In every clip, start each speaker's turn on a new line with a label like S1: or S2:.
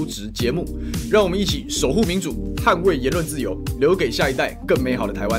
S1: 质节目，让我们一起守护民主，捍卫言论自由，留给下一代更美好的台湾。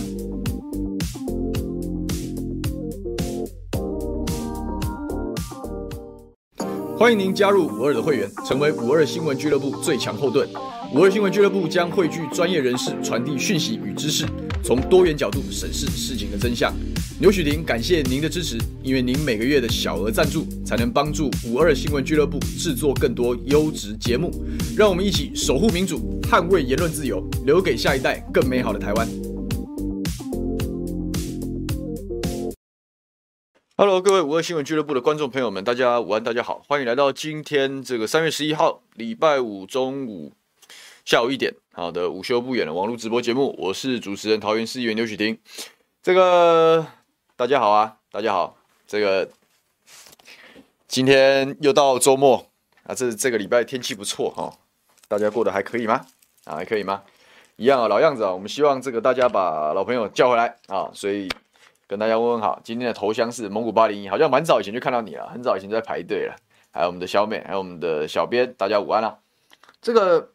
S1: 欢迎您加入52的会员，成为52新闻俱乐部最强后盾。52新闻俱乐部将汇聚专业人士，传递讯息与知识，从多元角度审视事情的真相。牛许婷感谢您的支持，因为您每个月的小额赞助，才能帮助52新闻俱乐部制作更多优质节目。让我们一起守护民主，捍卫言论自由，留给下一代更美好的台湾。Hello， 各位52新闻俱乐部的观众朋友们，大家午安，大家好，欢迎来到今天这个3月11号礼拜五中午下午1点好的午休不远的网络直播节目，我是主持人桃园市议员刘许婷。这个大家好啊，大家好，这个今天又到周末啊，这个礼拜天气不错哈，大家过得还可以吗？啊，还可以吗？一样啊，老样子啊，我们希望这个大家把老朋友叫回来啊，所以跟大家问问好。今天的头像是蒙古801，好像蛮早以前就看到你了，很早以前就在排队了。还有我们的小美，还有我们的小编，大家午安啊。这个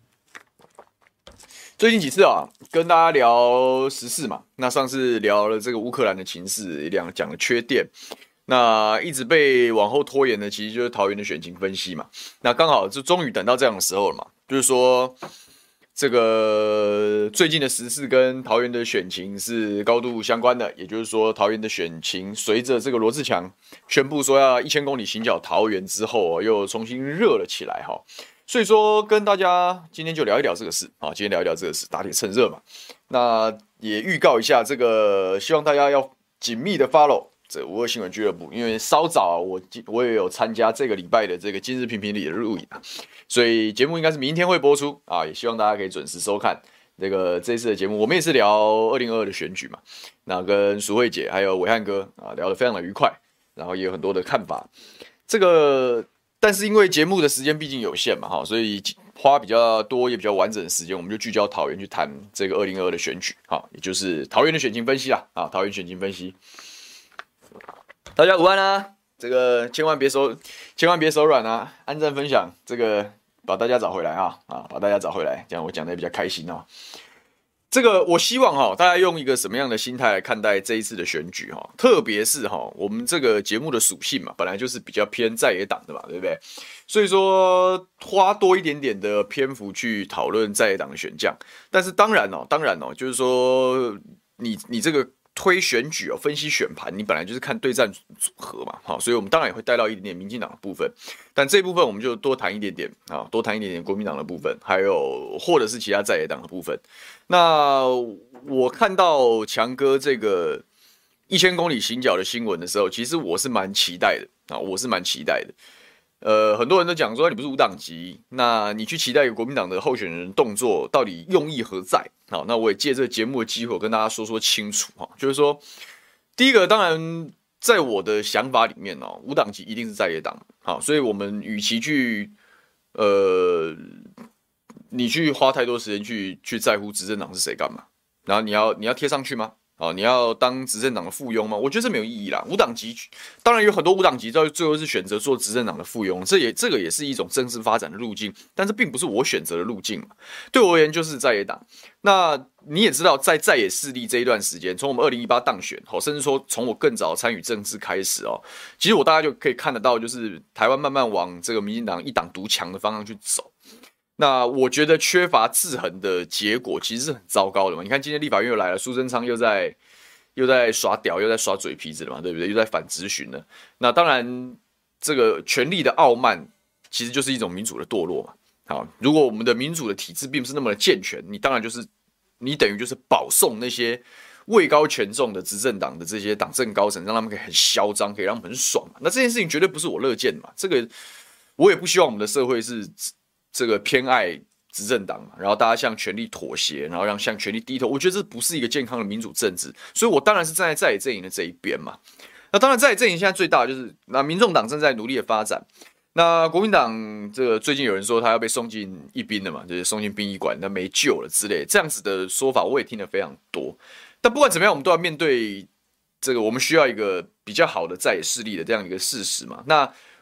S1: 最近几次啊，跟大家聊时事嘛，那上次聊了这个乌克兰的情势，讲了缺电，那一直被往后拖延的，其实就是桃园的选情分析嘛。那刚好就终于等到这样的时候了嘛，就是说这个最近的时事跟桃园的选情是高度相关的，也就是说桃园的选情随着这个罗智强宣布说要1000公里行脚桃园之后，又重新热了起来哈。所以说跟大家今天就聊一聊这个事啊，今天聊一聊这个事，打铁趁热嘛。那也预告一下这个，希望大家要紧密的 follow 这52新闻俱乐部，因为稍早我也有参加这个礼拜的这个今日评评理的录影啊，所以节目应该是明天会播出啊，也希望大家可以准时收看这次的节目。我们也是聊2022的选举嘛，那跟淑慧姐还有伟汉哥啊聊得非常的愉快，然后也有很多的看法。但是因为节目的时间毕竟有限嘛，所以花比较多也比较完整的时间，我们就聚焦桃园去谈这个2022的选举，也就是桃园的选情分析啦，桃园选情分析。大家午安啊，这个千万别手软啊，按赞分享，这个把大家找回来把大家找回来，这样我讲的也比较开心哦。这个我希望大家用一个什么样的心态来看待这一次的选举特别是我们这个节目的属性嘛，本来就是比较偏在野党的嘛，对不对？所以说花多一点点的篇幅去讨论在野党的选将，但是当然就是说你这个推选举分析选盘，你本来就是看对战组合嘛，所以我们当然也会带到一点点民进党的部分，但这一部分我们就多谈一点点多谈一点点国民党的部分，还有或者是其他在野党的部分。那我看到强哥这个1000公里行脚的新闻的时候，其实我是蛮期待的很多人都讲说你不是无党籍，那你去期待一个国民党的候选人动作到底用意何在？那我也借这个节目的机会跟大家说清楚就是说，第一个当然在我的想法里面无党籍一定是在野党，所以我们与其去你去花太多时间去在乎执政党是谁干嘛？然后你要贴上去吗？你要当执政党的附庸吗？我觉得这没有意义啦。无党籍当然有很多无党籍到最后是选择做执政党的附庸，这个也是一种政治发展的路径，但是并不是我选择的路径嘛。对我而言就是在野党。那你也知道，在野势力这一段时间，从我们2018当选甚至说从我更早参与政治开始其实我大家就可以看得到，就是台湾慢慢往这个民进党一党独强的方向去走。那我觉得缺乏制衡的结果其实是很糟糕的嘛。你看今天立法院又来了，苏贞昌又在耍屌，又在耍嘴皮子了嘛，对不对？又在反质询了。那当然，这个权力的傲慢其实就是一种民主的堕落嘛。好，如果我们的民主的体制并不是那么的健全，你等于就是保送那些位高权重的执政党的这些党政高层，让他们可以很嚣张，可以让他们很爽嘛。那这件事情绝对不是我乐见的嘛。这个我也不希望我们的社会是这个偏爱执政党，然后大家向权力妥协，然后向权力低头，我觉得这不是一个健康的民主政治，所以我当然是站在在野阵营的这一边嘛。那当然在野阵营现在最大的就是那民众党正在努力的发展，那国民党这个最近有人说他要被送进一兵了嘛，就是送进殡仪馆，那没救了之类，这样子的说法我也听得非常多。但不管怎么样，我们都要面对这个，我们需要一个比较好的在野势力的这样一个事实嘛。那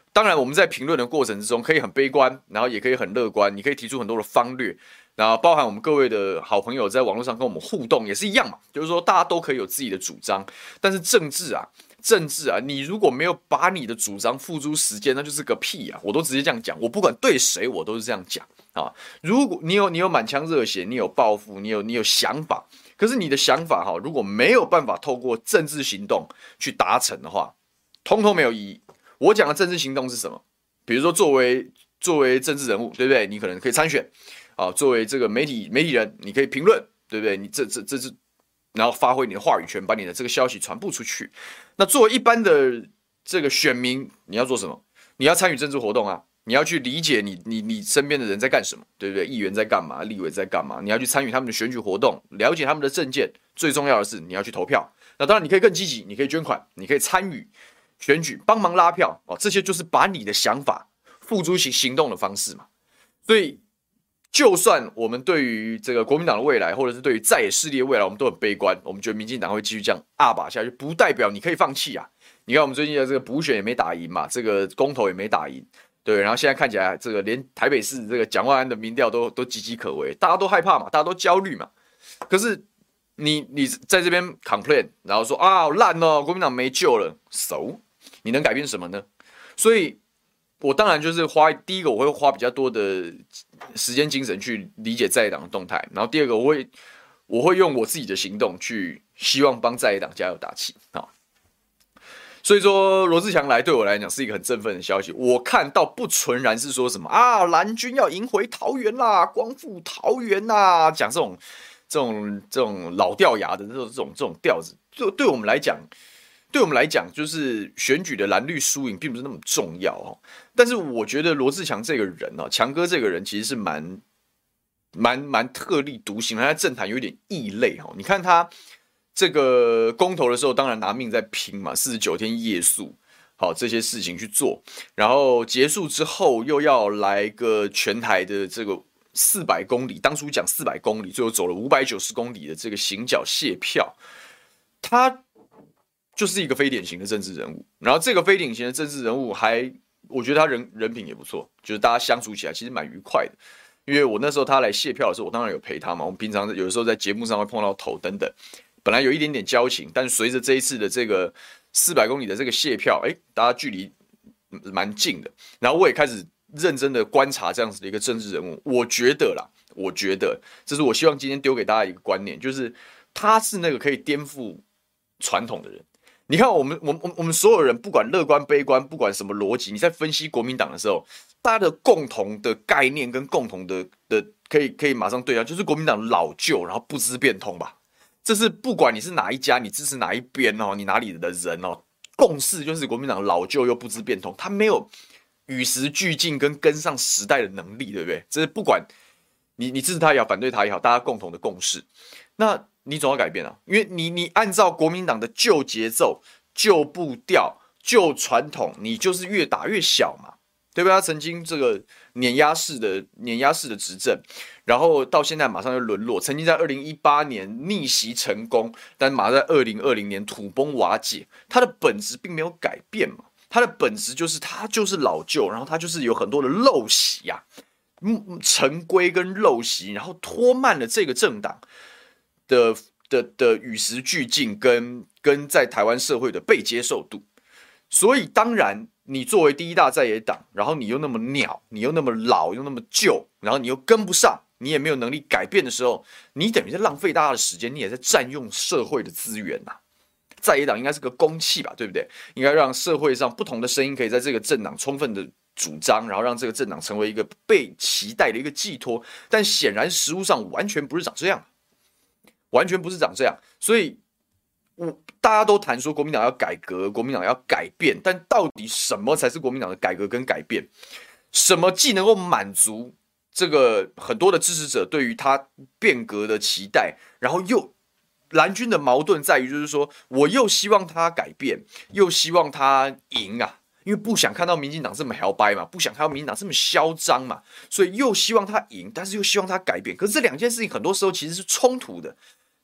S1: 当然我们在评论的过程之中，可以很悲观，然后也可以很乐观，你可以提出很多的方略，然后包含我们各位的好朋友在网络上跟我们互动也是一样嘛，就是说大家都可以有自己的主张，但是政治啊，你如果没有把你的主张付诸实践，那就是个屁啊！我都直接这样讲，我不管对谁，我都是这样讲啊。如果你有满腔热血，你有抱负，你有想法，可是你的想法如果没有办法透过政治行动去达成的话，通通没有意义。我讲的政治行动是什么？比如说作为政治人物，对不对？你可能可以参选啊，作为这个媒体人，你可以评论，对不对？你这是。然后发挥你的话语权，把你的这个消息传播出去。那作为一般的这个选民，你要做什么？你要参与政治活动啊！你要去理解你身边的人在干什么，对不对？议员在干嘛？立委在干嘛？你要去参与他们的选举活动，了解他们的政见。最重要的是，你要去投票。那当然，你可以更积极，你可以捐款，你可以参与选举，帮忙拉票哦。这些就是把你的想法付诸行动的方式嘛。所以。就算我们对于这个国民党的未来，或者是对于在野势力的未来，我们都很悲观，我们觉得民进党会继续这样把下去，不代表你可以放弃啊！你看我们最近的这个补选也没打赢嘛，这个公投也没打赢，对，然后现在看起来这个连台北市这个蒋万安的民调都岌岌可危，大家都害怕嘛，大家都焦虑嘛。可是你在这边 complain， 然后说好烂哦，国民党没救了，so 你能改变什么呢？所以。我当然就是第一个我会花比较多的时间精神去理解在野党的动态，然后第二个我会用我自己的行动去希望帮在野党加油打气啊。所以说罗志强来对我来讲是一个很振奋的消息。我看到不纯然是说什么蓝军要赢回桃园啦，光复桃园啦，讲这种老掉牙的这种调子，对我们来讲，就是选举的蓝绿输赢并不是那么重要哦。但是我觉得罗志强这个人强哥这个人其实是蛮特立独行，他在政坛有点异类哦。你看他这个公投的时候，当然拿命在拼嘛，49天夜宿，好这些事情去做，然后结束之后又要来个全台的这个400公里，当初讲400公里，最后走了590公里的这个行脚谢票，他。就是一个非典型的政治人物，然后这个非典型的政治人物我觉得他人品也不错，就是大家相处起来其实蛮愉快的。因为我那时候他来谢票的时候，我当然有陪他嘛，我们平常有的时候在节目上会碰到头等等，本来有一点点交情，但随着这一次的这个400公里的这个谢票，大家距离蛮近的，然后我也开始认真的观察这样子的一个政治人物，我觉得这是我希望今天丢给大家一个观念，就是他是那个可以颠覆传统的人。你看我们所有人，不管乐观悲观，不管什么逻辑，你在分析国民党的时候，大家的共同的概念跟共同的可以马上对上，就是国民党老旧，然后不知变通吧。这是不管你是哪一家，你支持哪一边你哪里的人共识就是国民党老旧又不知变通，他没有与时俱进跟上时代的能力，对不对？这是不管你支持他也好，反对他也好，大家共同的共识。那你总要改变啊，因为你按照国民党的旧节奏、旧步调、旧传统，你就是越打越小嘛，对不对？他曾经这个碾压式的执政，然后到现在马上就沦落，曾经在2018年逆袭成功，但马上在2020年土崩瓦解，他的本质并没有改变嘛，他的本质就是他就是老旧，然后他就是有很多的陋习啊，陈规跟陋习，然后拖慢了这个政党。的与时俱进跟在台湾社会的被接受度，所以当然你作为第一大在野党，然后你又那么鸟，你又那么老，又那么旧，然后你又跟不上，你也没有能力改变的时候，你等于在浪费大家的时间，你也在占用社会的资源呐。在野党应该是个公器吧，对不对？应该让社会上不同的声音可以在这个政党充分的主张，然后让这个政党成为一个被期待的一个寄托。但显然实务上完全不是长这样。完全不是长这样，所以大家都谈说国民党要改革，国民党要改变，但到底什么才是国民党的改革跟改变？什么既能够满足这个很多的支持者对于他变革的期待，然后又蓝军的矛盾在于就是说，我又希望他改变，又希望他赢啊。因为不想看到民进党这么摇摆嘛，不想看到民进党这么嚣张嘛，所以又希望他赢，但是又希望他改变。可是这两件事情很多时候其实是冲突的。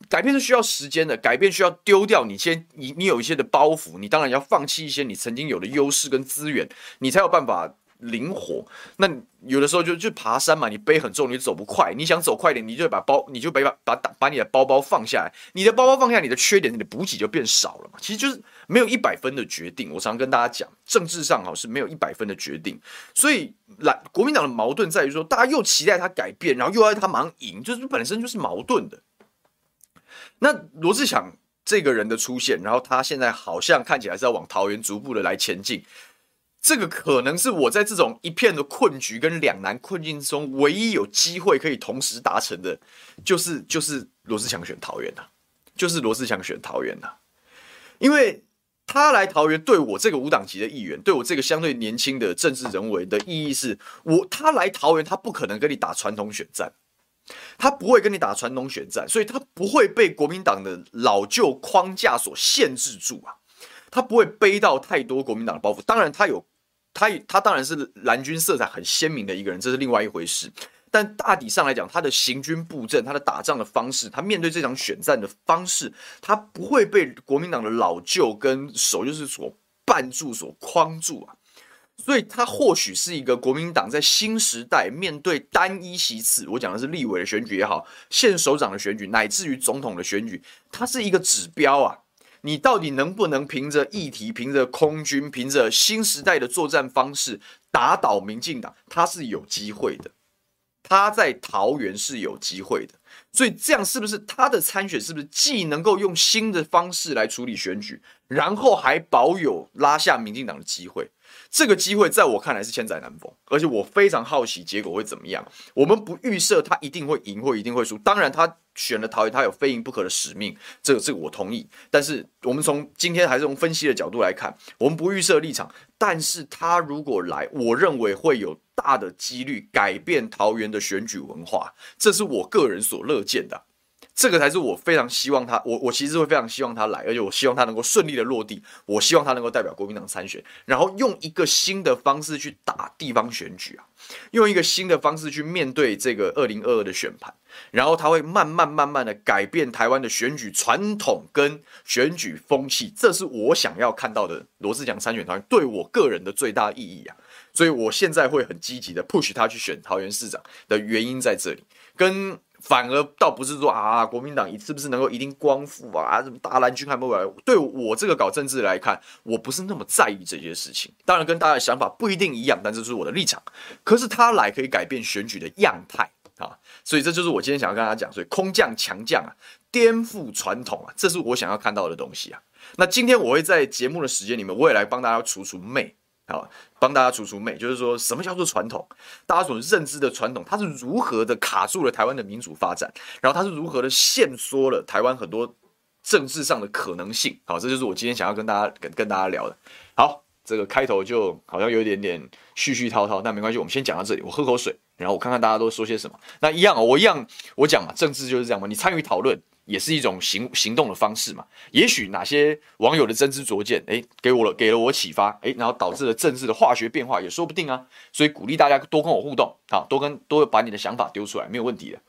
S1: 改变是需要时间的，改变需要丢掉你有一些的包袱，你当然要放弃一些你曾经有的优势跟资源，你才有办法灵活。那有的时候就爬山嘛，你背很重，你走不快，你想走快一点，你就把你的包包放下来，你的包包放下，你的缺点，你的补给就变少了嘛。其实就是没有100分的决定。我常跟大家讲，政治上是没有100分的决定。所以国民党的矛盾在于说，大家又期待他改变，然后又要他马上赢，就是本身就是矛盾的。那罗智强这个人的出现，然后他现在好像看起来是要往桃园逐步的来前进，这个可能是我在这种一片的困局跟两难困境中，唯一有机会可以同时达成的，就是罗智强选桃园啊，就是罗智强选桃园啊，因为他来桃园对我这个无党籍的议员，对我这个相对年轻的政治人物的意义是，他来桃园，他不可能跟你打传统选战。他不会跟你打传统选战，所以他不会被国民党的老旧框架所限制住啊，他不会背到太多国民党的包袱。当然他当然是蓝军色彩很鲜明的一个人，这是另外一回事。但大体上来讲，他的行军布阵，他的打仗的方式，他面对这场选战的方式，他不会被国民党的老旧跟就是所绊住、所框住啊。所以他或许是一个国民党在新时代面对单一席次，我讲的是立委的选举也好，县首长的选举，乃至于总统的选举，它是一个指标啊。你到底能不能凭着议题、凭着空军、凭着新时代的作战方式打倒民进党？他是有机会的，他在桃园是有机会的。所以这样是不是他的参选是不是既能够用新的方式来处理选举，然后还保有拉下民进党的机会？这个机会在我看来是千载难逢，而且我非常好奇结果会怎么样。我们不预设他一定会赢或一定会输，当然他选了桃园，他有非赢不可的使命，这个我同意。但是我们从今天还是从分析的角度来看，我们不预设立场，但是他如果来，我认为会有大的几率改变桃园的选举文化，这是我个人所乐见的。这个才是我非常希望他，我其实会非常希望他来，而且我希望他能够顺利的落地，我希望他能够代表国民党参选，然后用一个新的方式去打地方选举啊，用一个新的方式去面对这个2022的选盘，然后他会慢慢的改变台湾的选举传统跟选举风气，这是我想要看到的罗智强参选桃园对我个人的最大意义啊，所以我现在会很积极的 push 他去选桃园市长的原因在这里，反而倒不是说国民党是不是能够一定光复啊，什么大蓝军还没有来？对我这个搞政治来看，我不是那么在意这些事情。当然跟大家的想法不一定一样，但这是我的立场。可是他来可以改变选举的样态啊，所以这就是我今天想要跟大家讲。所以空降强将啊，颠覆传统啊，这是我想要看到的东西啊。那今天我会在节目的时间里面，我也来帮大家除魅。好，帮大家除魅，就是说什么叫做传统？大家所认知的传统，它是如何的卡住了台湾的民主发展，然后它是如何的限缩了台湾很多政治上的可能性。好，这就是我今天想要跟大家聊的。好，这个开头就好像有一点点絮絮叨叨，但没关系，我们先讲到这里。我喝口水，然后我看看大家都说些什么。那我讲嘛，政治就是这样嘛，你参与讨论也是一种行动的方式嘛。也许哪些网友的真知灼见，给了我启发，然后导致了政治的化学变化，也说不定啊。所以鼓励大家多跟我互动，好，多把你的想法丢出来，没有问题的。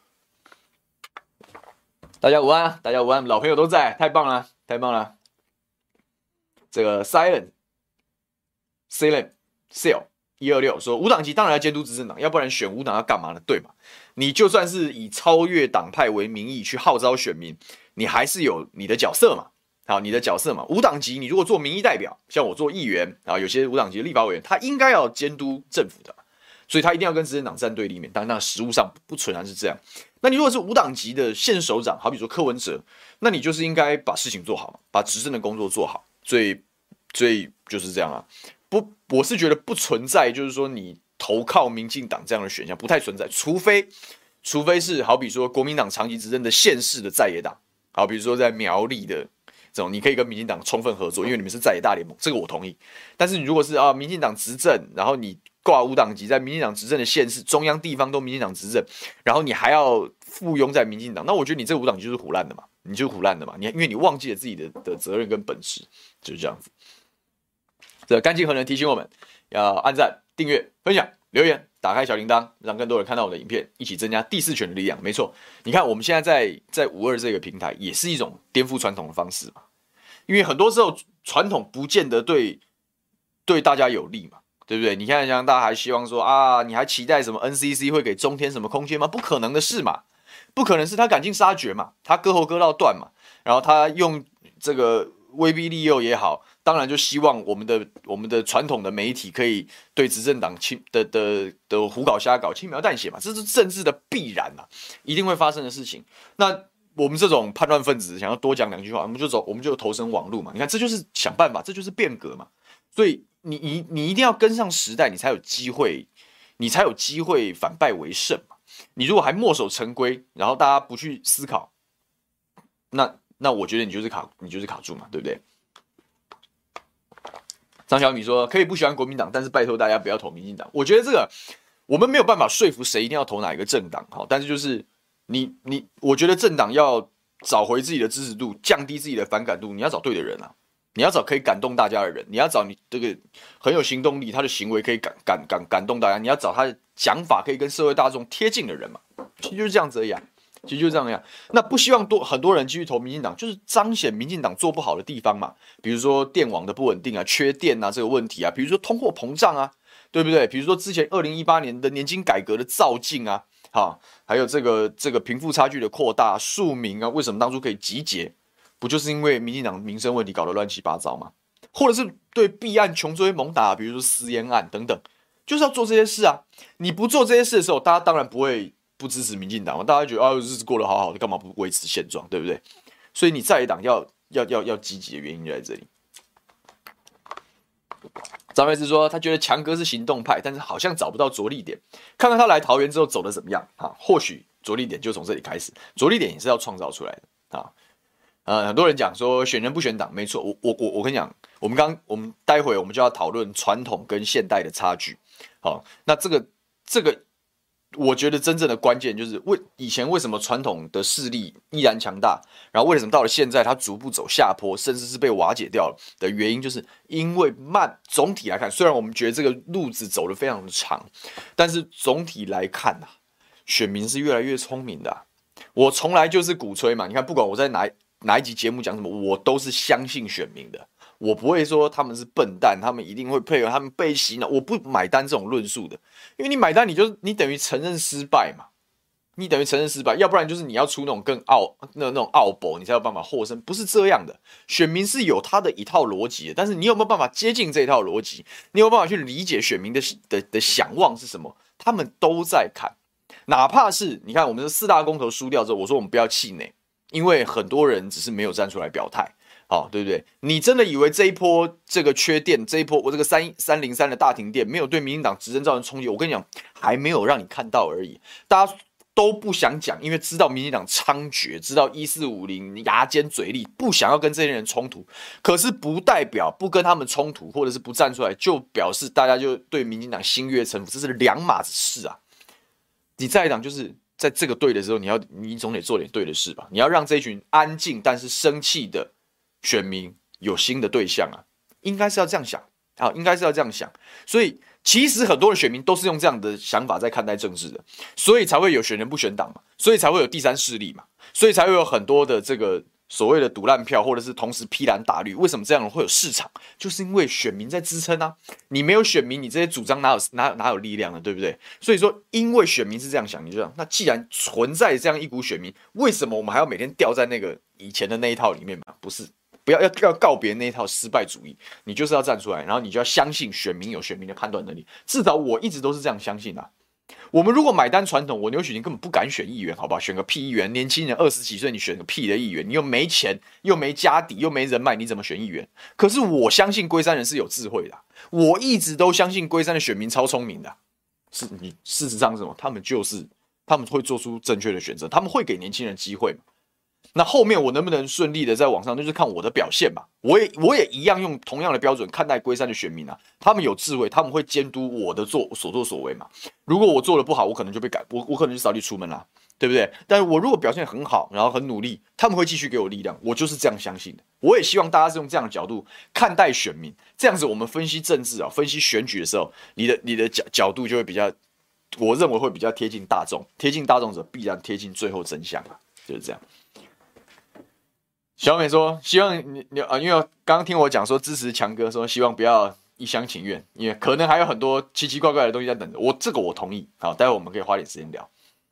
S1: 大家午安啊，大家午安，老朋友都在，太棒了，太棒了。这个 Silent126说，无党籍当然要监督执政党，要不然选无党要干嘛呢？对嘛？你就算是以超越党派为名义去号召选民，你还是有你的角色嘛。好，你的角色嘛，无党籍你如果做民意代表，像我做议员啊，有些无党籍的立法委员，他应该要监督政府的，所以他一定要跟执政党站对立面。当然，实务上不纯然是这样。那你如果是无党籍的县首长，好比说柯文哲，那你就是应该把事情做好，把执政的工作做好。所以就是这样啊。我是觉得不存在，就是说你投靠民进党这样的选项不太存在，除非是好比说国民党长期执政的县市的在野党，好比如说在苗栗的这种，你可以跟民进党充分合作，因为你们是在野大联盟，这个我同意。但是你如果是民进党执政，然后你挂无党籍在民进党执政的县市，中央地方都民进党执政，然后你还要附庸在民进党，那我觉得你这个无党籍就是唬烂的嘛，因为你忘记了自己的责任跟本事，就是这样子。这干净和人提醒我们要按赞、订阅、分享、留言， 打开小铃铛，让更多人看到我的影片，一起增加第四权的力量。没错，你看我们现在在52这个平台，也是一种颠覆传统的方式嘛。因为很多时候传统不见得对大家有利嘛，对不对？你看像大家还希望说啊，你还期待什么 NCC 会给中天什么空间吗？不可能的事嘛，不可能是他赶尽杀绝嘛，他割喉割到断嘛，然后他用这个威逼利诱也好，当然就希望我们的传统的媒体可以对执政党的胡搞瞎搞轻描淡写嘛，这是政治的必然啊，一定会发生的事情。那我们这种叛乱分子想要多讲两句话，我们就投身网路嘛。你看，这就是想办法，这就是变革嘛。所以你一定要跟上时代，你才有机会反败为胜嘛。你如果还墨守成规，然后大家不去思考，那我觉得你就是卡住嘛，对不对？张小米说可以不喜欢国民党，但是拜托大家不要投民进党。我觉得这个我们没有办法说服谁一定要投哪一个政党，好，但是就是我觉得政党要找回自己的支持度，降低自己的反感度，你要找对的人啊，你要找可以感动大家的人，你要找你这个很有行动力，他的行为可以感动大家，你要找他的讲法可以跟社会大众贴近的人嘛，其实就是这样子而已啊。其实就这样，那不希望很多人继续投民进党，就是彰显民进党做不好的地方嘛，比如说电网的不稳定啊、缺电啊这个问题啊，比如说通货膨胀啊，对不对？比如说之前2018年的年金改革的造进啊，还有这个贫富差距的扩大、庶民啊，为什么当初可以集结？不就是因为民进党民生问题搞得乱七八糟吗？或者是对弊案穷追猛打，比如说私烟案等等，就是要做这些事啊。你不做这些事的时候，大家当然不会不支持民进党，大家觉得日子过得好好的，干嘛不维持现状，对不对？所以你在野党要积极的原因就在这里。张惠芝说，他觉得强哥是行动派，但是好像找不到着力点。看看他来桃园之后走的怎么样啊？或许着力点就从这里开始，着力点也是要创造出来的啊。很多人讲说选人不选党，没错，我跟你讲，我们待会我们就要讨论传统跟现代的差距。好，那这个。我觉得真正的关键就是以前为什么传统的势力依然强大，然后为什么到了现在它逐步走下坡，甚至是被瓦解掉了的原因，就是因为总体来看，虽然我们觉得这个路子走得非常的长，但是总体来看选民是越来越聪明的我从来就是鼓吹嘛，你看不管我在哪一集节目讲什么，我都是相信选民的。我不会说他们是笨蛋，他们一定会配合他们被洗脑，我不买单这种论述的，因为你买单你等于承认失败嘛，你等于承认失败，要不然就是你要出那种更那种奥博，你才有办法获胜，不是这样的。选民是有他的一套逻辑的，但是你有没有办法接近这一套逻辑？你有没有办法去理解选民的想望是什么？他们都在看，哪怕是你看我们的4大公投输掉之后，我说我们不要气馁，因为很多人只是没有站出来表态。对不对？你真的以为这一波这个缺电，这一波我这个303的大停电没有对民进党执政造成冲击？我跟你讲，还没有让你看到而已。大家都不想讲，因为知道民进党猖獗，知道1450牙尖嘴利，不想要跟这些人冲突。可是不代表不跟他们冲突，或者是不站出来，就表示大家就对民进党心悦诚服，这是两码子事啊！你在党就是在这个对的时候，你总得做点对的事吧？你要让这一群安静但是生气的选民有新的对象应该是要这样想应该是要这样想。所以其实很多的选民都是用这样的想法在看待政治的，所以才会有选人不选党嘛，所以才会有第三势力嘛，所以才会有很多的这个所谓的赌烂票，或者是同时披蓝打绿。为什么这样会有市场？就是因为选民在支撑你没有选民，你这些主张哪有力量呢？对不对？所以说，因为选民是这样想，你就这样。那既然存在这样一股选民，为什么我们还要每天掉在那个以前的那一套里面嘛？不是。不要告别那一套失败主义，你就是要站出来，然后你就要相信选民有选民的判断能力。至少我一直都是这样相信的我们如果买单传统，我牛许宁根本不敢选议员，好不好？选个屁议员，年轻人20几岁，你选个屁的议员，你又没钱，又没家底，又没人脉，你怎么选议员？可是我相信龟山人是有智慧的，我一直都相信龟山的选民超聪明的。事实上是什么？他们会做出正确的选择，他们会给年轻人机会嘛。那后面我能不能顺利的在网上，就是看我的表现嘛。我也一样用同样的标准看待龟山的选民他们有智慧，他们会监督我的所作所为嘛。如果我做的不好，我可能就被改，我可能就早点出门啦，对不对？但是我如果表现很好，然后很努力，他们会继续给我力量，我就是这样相信的。我也希望大家是用这样的角度看待选民，这样子我们分析政治分析选举的时候，你的角度就会比较我认为会比较贴近大众，贴近大众者必然贴近最后真相啊，就是这样。小美说，希望你因为刚刚听我讲说支持强哥，说希望不要一厢情愿，因为可能还有很多奇奇怪怪的东西在等着我，这个我同意。好，待会我们可以花点时间聊。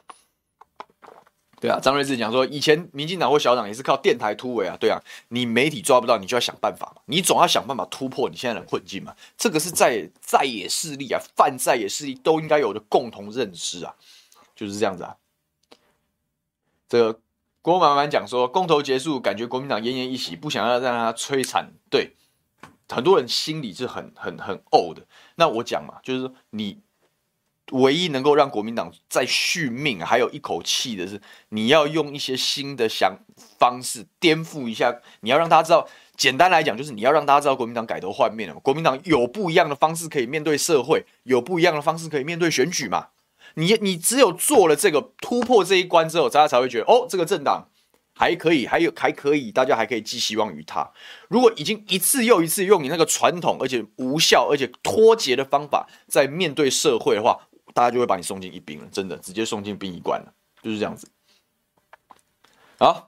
S1: 对啊，张瑞智讲说，以前民进党或小党也是靠电台突围啊，对啊，你媒体抓不到，你就要想办法嘛，你总要想办法突破你现在的困境嘛，这个是在野势力啊，泛在野势力都应该有的共同认知啊，就是这样子啊。这个郭满满讲说，公投结束，感觉国民党奄奄一息，不想要让他摧残，对，很多人心里是很怄的。那我讲嘛，就是说你。唯一能够让国民党再续命还有一口气的是，你要用一些新的方式颠覆一下，你要让大家知道，简单来讲就是你要让大家知道国民党改头换面了，国民党有不一样的方式可以面对社会，有不一样的方式可以面对选举嘛。你只有做了这个突破这一关之后，大家才会觉得哦，这个政党还可以，还可以，大家还可以寄希望于他。如果已经一次又一次用你那个传统而且无效而且脱节的方法在面对社会的话，大家就会把你送进一兵了，真的直接送进殡仪馆了，就是这样子。好，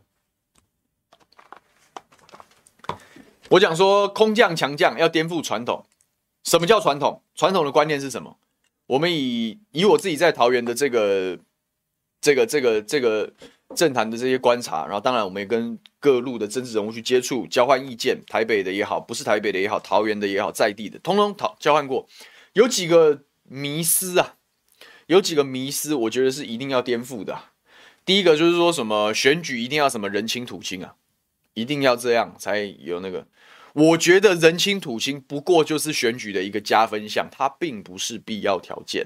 S1: 我讲说空降强将要颠覆传统，什么叫传统？传统的观念是什么？我们以我自己在桃园的这个政坛的这些观察，然后当然我们也跟各路的政治人物去接触，交换意见，台北的也好，不是台北的也好，桃园的也好，在地的，通通交换过，有几个迷思啊，我觉得是一定要颠覆的啊。第一个就是说什么选举一定要什么人亲土亲啊，一定要这样才有那个。我觉得人亲土亲不过就是选举的一个加分项，它并不是必要条件。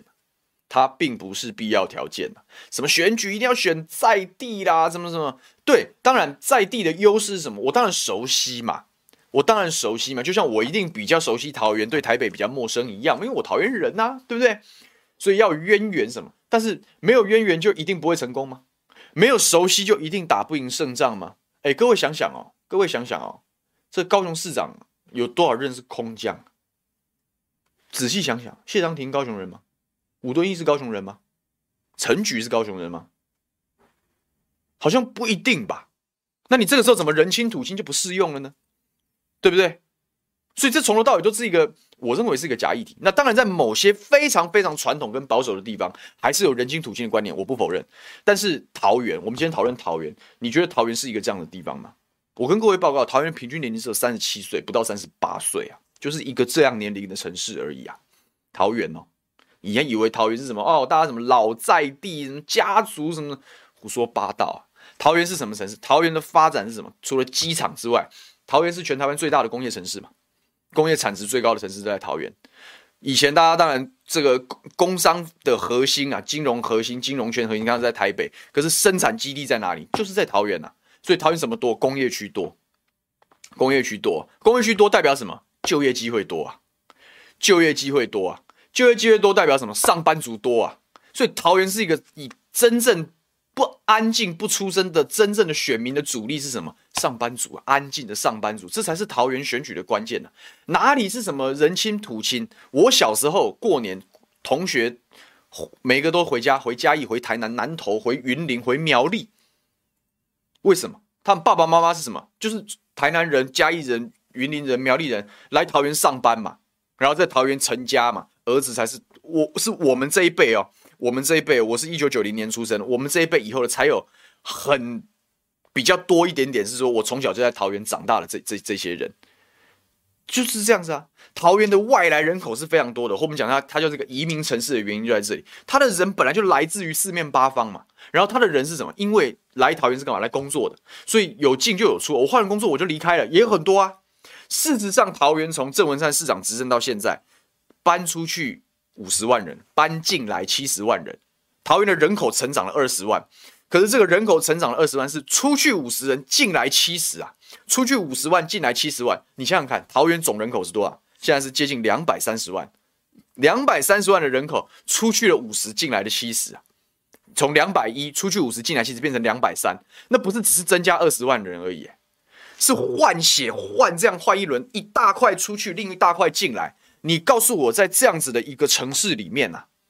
S1: 什么选举一定要选在地啦，什么？对，当然在地的优势是什么？我当然熟悉嘛。就像我一定比较熟悉桃园，对台北比较陌生一样，因为我桃园人啊，对不对？所以要有渊源什么？但是没有渊源就一定不会成功吗？没有熟悉就一定打不赢胜仗吗？各位想想哦，这高雄市长有多少任是空降？仔细想想，谢长廷高雄人吗？吴敦义是高雄人吗？陈菊是高雄人吗？好像不一定吧。那你这个时候怎么人亲土亲就不适用了呢？对不对？所以这从头到尾都是一个，我认为是一个假议题。那当然，在某些非常非常传统跟保守的地方，还是有人亲土亲的观念，我不否认。但是桃园，我们今天讨论桃园，你觉得桃园是一个这样的地方吗？我跟各位报告，桃园平均年龄只有37岁，不到38岁啊，就是一个这样年龄的城市而已啊。桃园哦，以前以为桃园是什么哦，大家什么老在地、什么家族什么胡说八道啊。桃园是什么城市？桃园的发展是什么？除了机场之外，桃园是全台湾最大的工业城市嘛，工业产值最高的城市在桃园。以前大家当然这个工商的核心啊，金融核心、金融圈核心，刚刚在台北，可是生产基地在哪里？就是在桃园啊。所以桃园什么多？工业区多，工业区多代表什么？就业机会多啊，就业机会多代表什么？上班族多啊。所以桃园是一个以真正不安静、不出声的真正的选民的主力是什么？上班族，安静的上班族，这才是桃园选举的关键啊。哪里是什么人亲土亲？我小时候过年，同学每个都回家，回嘉义、回台南、南投、回云林、回苗栗。为什么？他们爸爸妈妈是什么？就是台南人、嘉义人、云林人、苗栗人来桃园上班嘛，然后在桃园成家嘛，儿子才是我们这一辈哦。我们这一辈，我是1990年出生，我们这一辈以后的才有比较多一点点，是说我从小就在桃园长大的这些人，就是这样子啊。桃园的外来人口是非常多的，我们讲它叫这个移民城市的原因就在这里，它的人本来就来自于四面八方嘛，然后它的人是什么？因为来桃园是干嘛？来工作的，所以有进就有出。我换了工作我就离开了，也有很多啊。事实上，桃园从郑文灿市长执政到现在，搬出去50万人，搬进来70万人，桃园的人口成长了20万。可是这个人口成长了20万，是出去50人，进来70啊，出去50万，进来70万。你想想看，桃园总人口是多少？现在是接近230万，230万的人口出去了50，进来的70啊。从210出去50，进来70，变成230，那不是只是增加20万人而已，是换血这样换一轮，一大块出去，另一大块进来。你告诉我，在这样子的一个城市里面啊，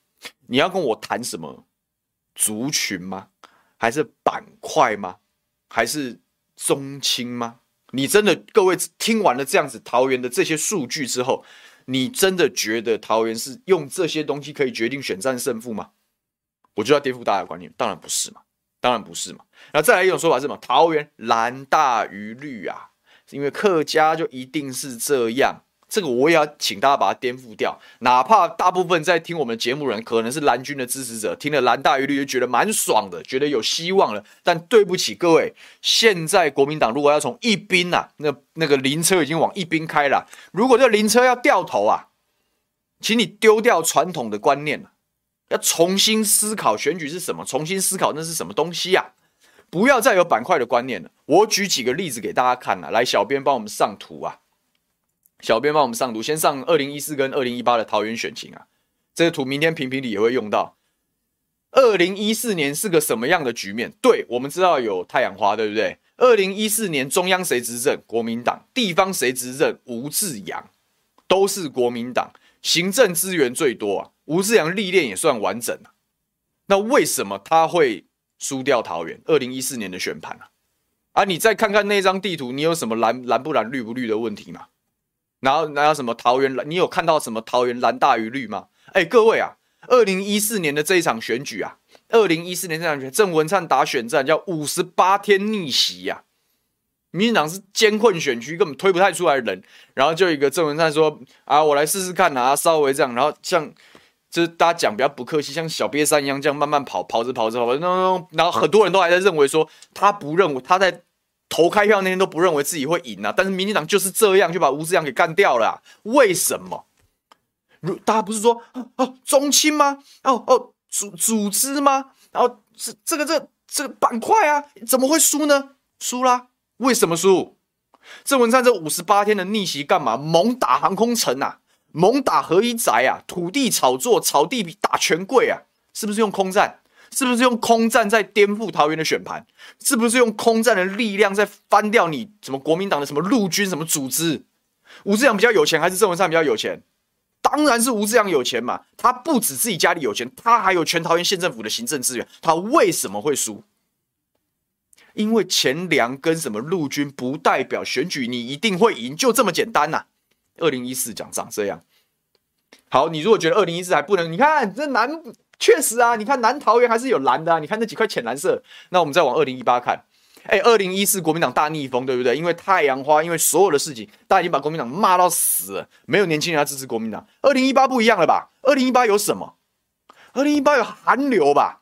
S1: 你要跟我谈什么族群吗？还是板块吗？还是中青吗？你真的各位听完了这样子桃园的这些数据之后，你真的觉得桃园是用这些东西可以决定选战胜负吗？我就要颠覆大家的观念，当然不是嘛，当然不是嘛。然后再来一种说法是什么？桃园蓝大于绿啊，因为客家就一定是这样。这个我也要请大家把它颠覆掉，哪怕大部分在听我们节目的人可能是蓝军的支持者，听了蓝大于绿就觉得蛮爽的，觉得有希望了。但对不起各位，现在国民党如果要从一兵啊，那个灵车已经往一兵开了，如果这灵车要掉头啊，请你丢掉传统的观念，要重新思考选举是什么，重新思考那是什么东西啊，不要再有板块的观念了。我举几个例子给大家看啊，来，小编帮我们上图啊。小编帮我们上图，先上2014跟2018的桃园选情啊，这个图明天评评理也会用到。2014年是个什么样的局面？对，我们知道有太阳花，对不对？2014年中央谁执政？国民党。地方谁执政？吴志阳，都是国民党，行政资源最多啊。吴志阳历练也算完整啊。那为什么他会输掉桃园2014年的选盘啊？啊，你再看看那张地图，你有什么蓝不蓝、绿不绿的问题吗？然后什么桃园，你有看到什么桃园蓝大于绿吗？各位啊，2014年的这一场选举啊，2014年这场选举，郑文灿打选战叫58天逆袭啊，民进党是艰困选区，根本推不太出来的人，然后就一个郑文灿说啊，我来试试看啊，稍微这样，然后像就是大家讲比较不客气，像小瘪三一样这样慢慢跑着，然后很多人都还在认为说他不认为他在投开票那天都不认为自己会赢啊，但是民进党就是这样就把吴志阳给干掉了啊，为什么？大家不是说中青吗？组织吗？然后这个板块啊，怎么会输呢？输啦，为什么输？郑文灿这58天的逆袭干嘛？猛打航空城啊，猛打合一宅啊，土地炒作，炒地比打权贵啊，是不是用空战？是不是用空战在颠覆桃园的选盘？是不是用空战的力量在翻掉你什么国民党的什么陆军什么组织？吴志阳比较有钱还是郑文灿比较有钱？当然是吴志阳有钱嘛，他不止自己家里有钱，他还有全桃园县政府的行政资源，他为什么会输？因为钱粮跟什么陆军不代表选举你一定会赢，就这么简单啊。2014长这样。好，你如果觉得2014还不能，你看这南确实啊，你看南桃园还是有蓝的啊，你看那几块浅蓝色。那我们再往2018看，2014国民党大逆风，对不对？因为太阳花，因为所有的事情，大家已经把国民党骂到死了，没有年轻人要支持国民党。2018不一样了吧？2018有什么？2018有韩流吧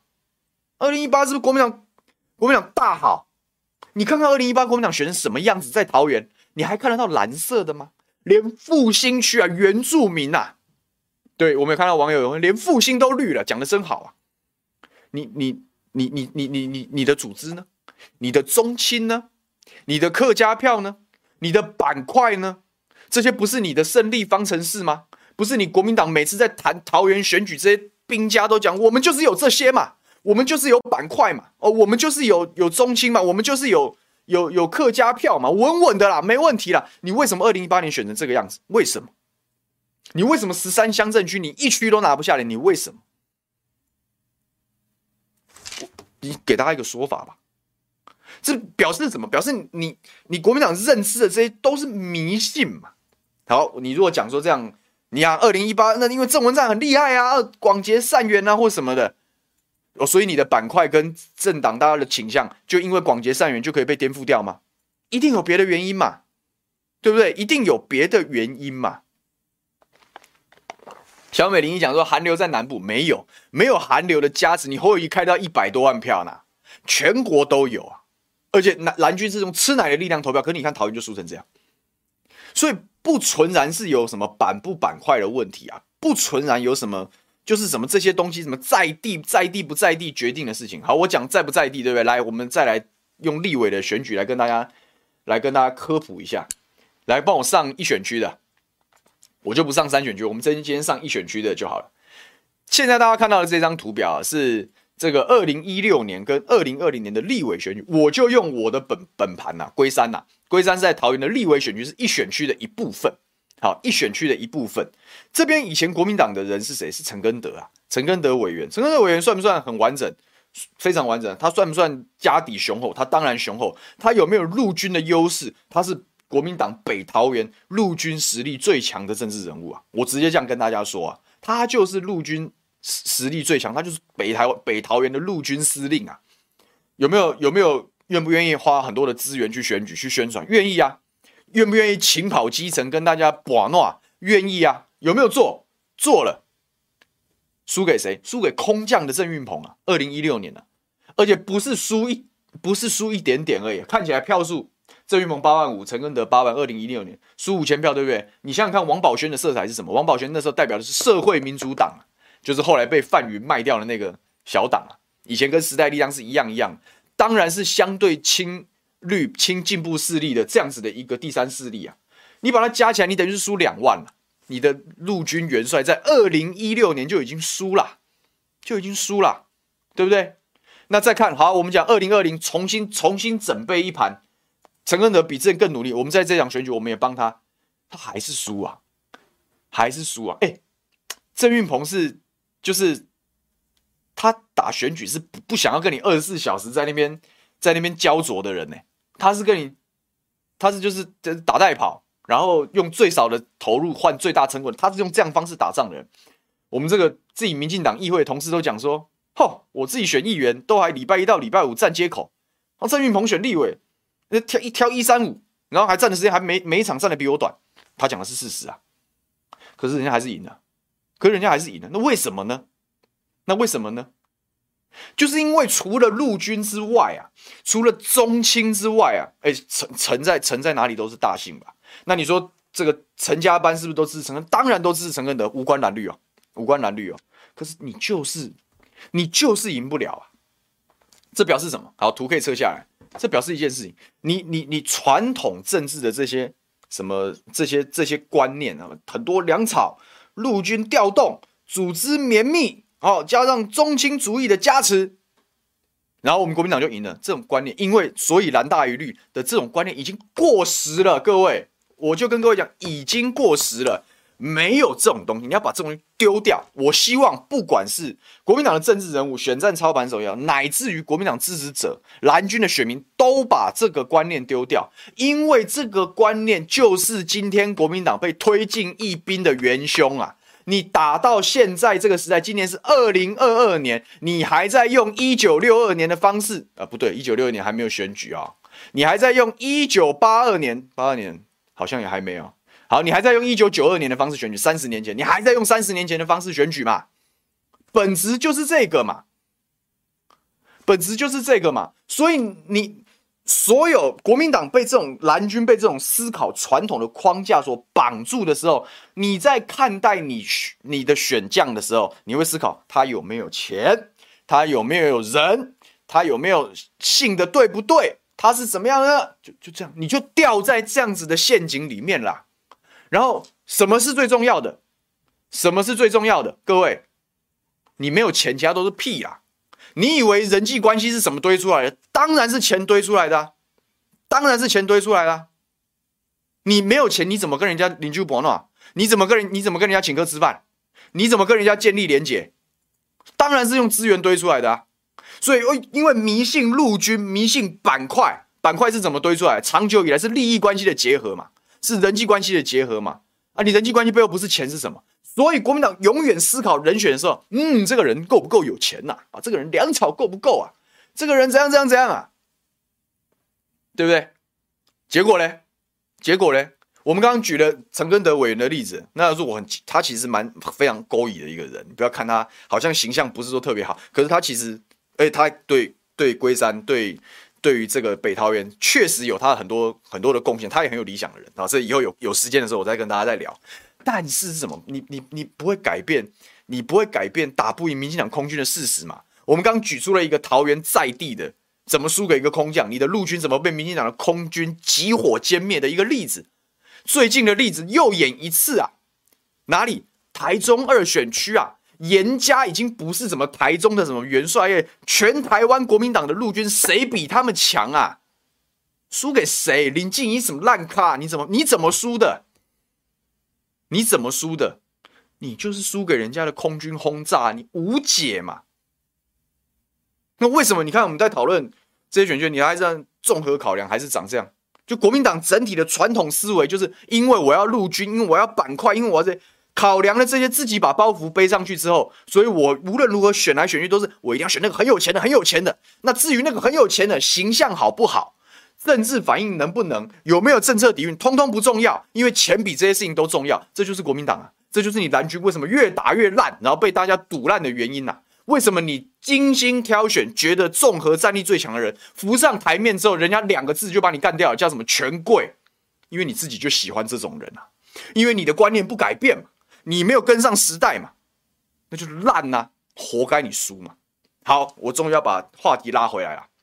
S1: ？2018是不是国民党大好？你看看2018国民党选成什么样子，在桃园，你还看得到蓝色的吗？连复兴区啊，原住民啊。对，我们有看到网友连复兴都绿了，讲得真好啊！你的组织呢？你的中青呢？你的客家票呢？你的板块呢？这些不是你的胜利方程式吗？不是你国民党每次在谈桃园选举，这些兵家都讲，我们就是有这些嘛，我们就是有板块嘛，我们就是有中青嘛，我们就是有客家票嘛，稳稳的啦，没问题啦。你为什么2018年选成这个样子？为什么？你为什么13乡镇区你一区都拿不下来？你为什么？你给大家一个说法吧。这表示什么？表示你国民党认知的这些都是迷信嘛。好，你如果讲说这样，你啊2018那因为郑文灿很厉害啊，广结善缘啊或什么的，所以你的板块跟政党大家的倾向就因为广结善缘就可以被颠覆掉吗？一定有别的原因嘛，对不对？一定有别的原因嘛。小美玲一讲说韩流在南部，没有韩流的加持，你侯友宜开到100多万票呢，全国都有啊，而且蓝军是用吃奶的力量投票，可是你看桃园就输成这样，所以不纯然是有什么板不板块的问题啊，不纯然有什么就是什么这些东西什么在地不在地决定的事情。好，我讲在不在地，对不对？来，我们再来用立委的选举来跟大家科普一下，来帮我上一选区的。我就不上3选区，我们今天上1选区的就好了。现在大家看到的这张图表是这个2016年跟2020年的立委选举，我就用我的本盘龟山龟山是在桃园的立委选区，是1选区的一部分。好，1选区的一部分。这边以前国民党的人是谁？是陈根德啊。 陈根德委员，陈根德委员算不算很完整？非常完整。他算不算家底雄厚？他当然雄厚。他有没有陆军的优势？他是国民党北桃园陆军实力最强的政治人物啊！我直接这样跟大家说啊，他就是陆军实力最强，他就是北桃园的陆军司令啊！有没有愿不愿意花很多的资源去选举去宣传？愿意啊！愿不愿意勤跑基层跟大家把闹？愿意啊！有没有做？做了。输给谁？输给空降的郑运鹏啊！2016年啊，而且不是输一点点而已，看起来票数郑运鹏85000，陈根德8万，2016年输5000票，对不对？你想想看，王宝轩的色彩是什么？王宝轩那时候代表的是社会民主党，就是后来被范云卖掉的那个小党啊，以前跟时代力量是一样，当然是相对亲绿、亲进步势力的这样子的一个第三势力啊。你把它加起来，你等于是输2万了。你的陆军元帅在2016年就已经输了，对不对？那再看好，我们讲2020重新整备一盘，陈根德比之前更努力。我们在这场选举，我们也帮他，他还是输啊。郑运鹏就是他打选举是不想要跟你24小时在那边焦灼的人呢，他是就是打带跑。然后用最少的投入换最大成果，他是用这样方式打仗的人。我们这个自己民进党议会同事都讲说，我自己选议员都还礼拜一到礼拜五站街口，郑运鹏选立委，挑135，然后还站的时间还每一场站的比我短。他讲的是事实啊，可是人家还是赢了，那为什么呢？就是因为除了陆军之外啊，除了中青之外啊，陈在哪里都是大姓吧？那你说这个陈家班是不是都支持陈根？当然都支持陈根德，无关蓝绿哦。可是你就是赢不了啊！这表示什么？好，图可以撤下来。这表示一件事情，你传统政治的这些什么这些观念啊，很多粮草、陆军调动、组织绵密，加上中青主义的加持，然后我们国民党就赢了。这种观念，所以蓝大于绿的这种观念已经过时了，各位。我就跟各位讲，已经过时了，没有这种东西，你要把这种东西丢掉。我希望不管是国民党的政治人物、选战操盘手也好，乃至于国民党支持者、蓝军的选民，都把这个观念丢掉，因为这个观念就是今天国民党被推进一兵的元凶啊！你打到现在这个时代，今年是2022年，你还在用1962年的方式不对，1962年还没有选举啊，你还在用1982年好像也还没有。好，你还在用1992年的方式选举，30年前，你还在用30年前的方式选举嘛？本质就是这个嘛。所以你所有国民党被这种蓝军被这种思考传统的框架所绑住的时候，你在看待你的选将的时候，你会思考他有没有钱，他有没有人，他有没有信的对不对？他是怎么样呢？就这样，你就掉在这样子的陷阱里面啦。然后，什么是最重要的？各位，你没有钱，其他都是屁啦。你以为人际关系是什么堆出来的？当然是钱堆出来的啊。你没有钱，你怎么跟人家邻居博闹？你怎么跟人家请客吃饭？你怎么跟人家建立连结？当然是用资源堆出来的啊。所以，因为迷信陆军，迷信板块是怎么堆出来的？长久以来是利益关系的结合嘛，是人际关系的结合嘛。你人际关系背后不是钱是什么？所以国民党永远思考人选的时候，这个人够不够有钱呐？这个人粮草够不够啊？这个人怎样啊？对不对？结果呢？我们刚刚举了陈根德委员的例子，那是他其实非常勾引的一个人。你不要看他好像形象不是说特别好，可是他其实，他对龟山对于这个北桃园确实有他很多的贡献，他也很有理想的人啊。所以以后有时间的时候，我再跟大家再聊。但是什么？你不会改变打不赢民进党空军的事实嘛？我们刚举出了一个桃园在地的怎么输给一个空降，你的陆军怎么被民进党的空军集火歼灭的一个例子。最近的例子又演一次啊，哪里？台中2选区啊，严家已经不是什么台中的什么元帅，全台湾国民党的陆军谁比他们强啊？输给谁？林静怡什么烂咖？你怎么输的？ 你就是输给人家的空军轰炸，你无解嘛。那为什么你看我们在讨论这些选举，你还这样综合考量，还是长这样？就国民党整体的传统思维，就是因为我要陆军，因为我要板块，因为我要考量了这些，自己把包袱背上去之后，所以我无论如何选来选去都是我一定要选那个很有钱的，很有钱的。那至于那个很有钱的形象好不好，政治反应能不能，有没有政策底蕴，通通不重要，因为钱比这些事情都重要。这就是国民党啊，这就是你蓝军为什么越打越烂，然后被大家堵烂的原因啊。为什么你精心挑选，觉得综合战力最强的人浮上台面之后，人家2个字就把你干掉了，叫什么权贵？因为你自己就喜欢这种人啊，因为你的观念不改变嘛，你没有跟上时代嘛，那就是烂啊，活该你输嘛。好，我终于要把话题拉回来了。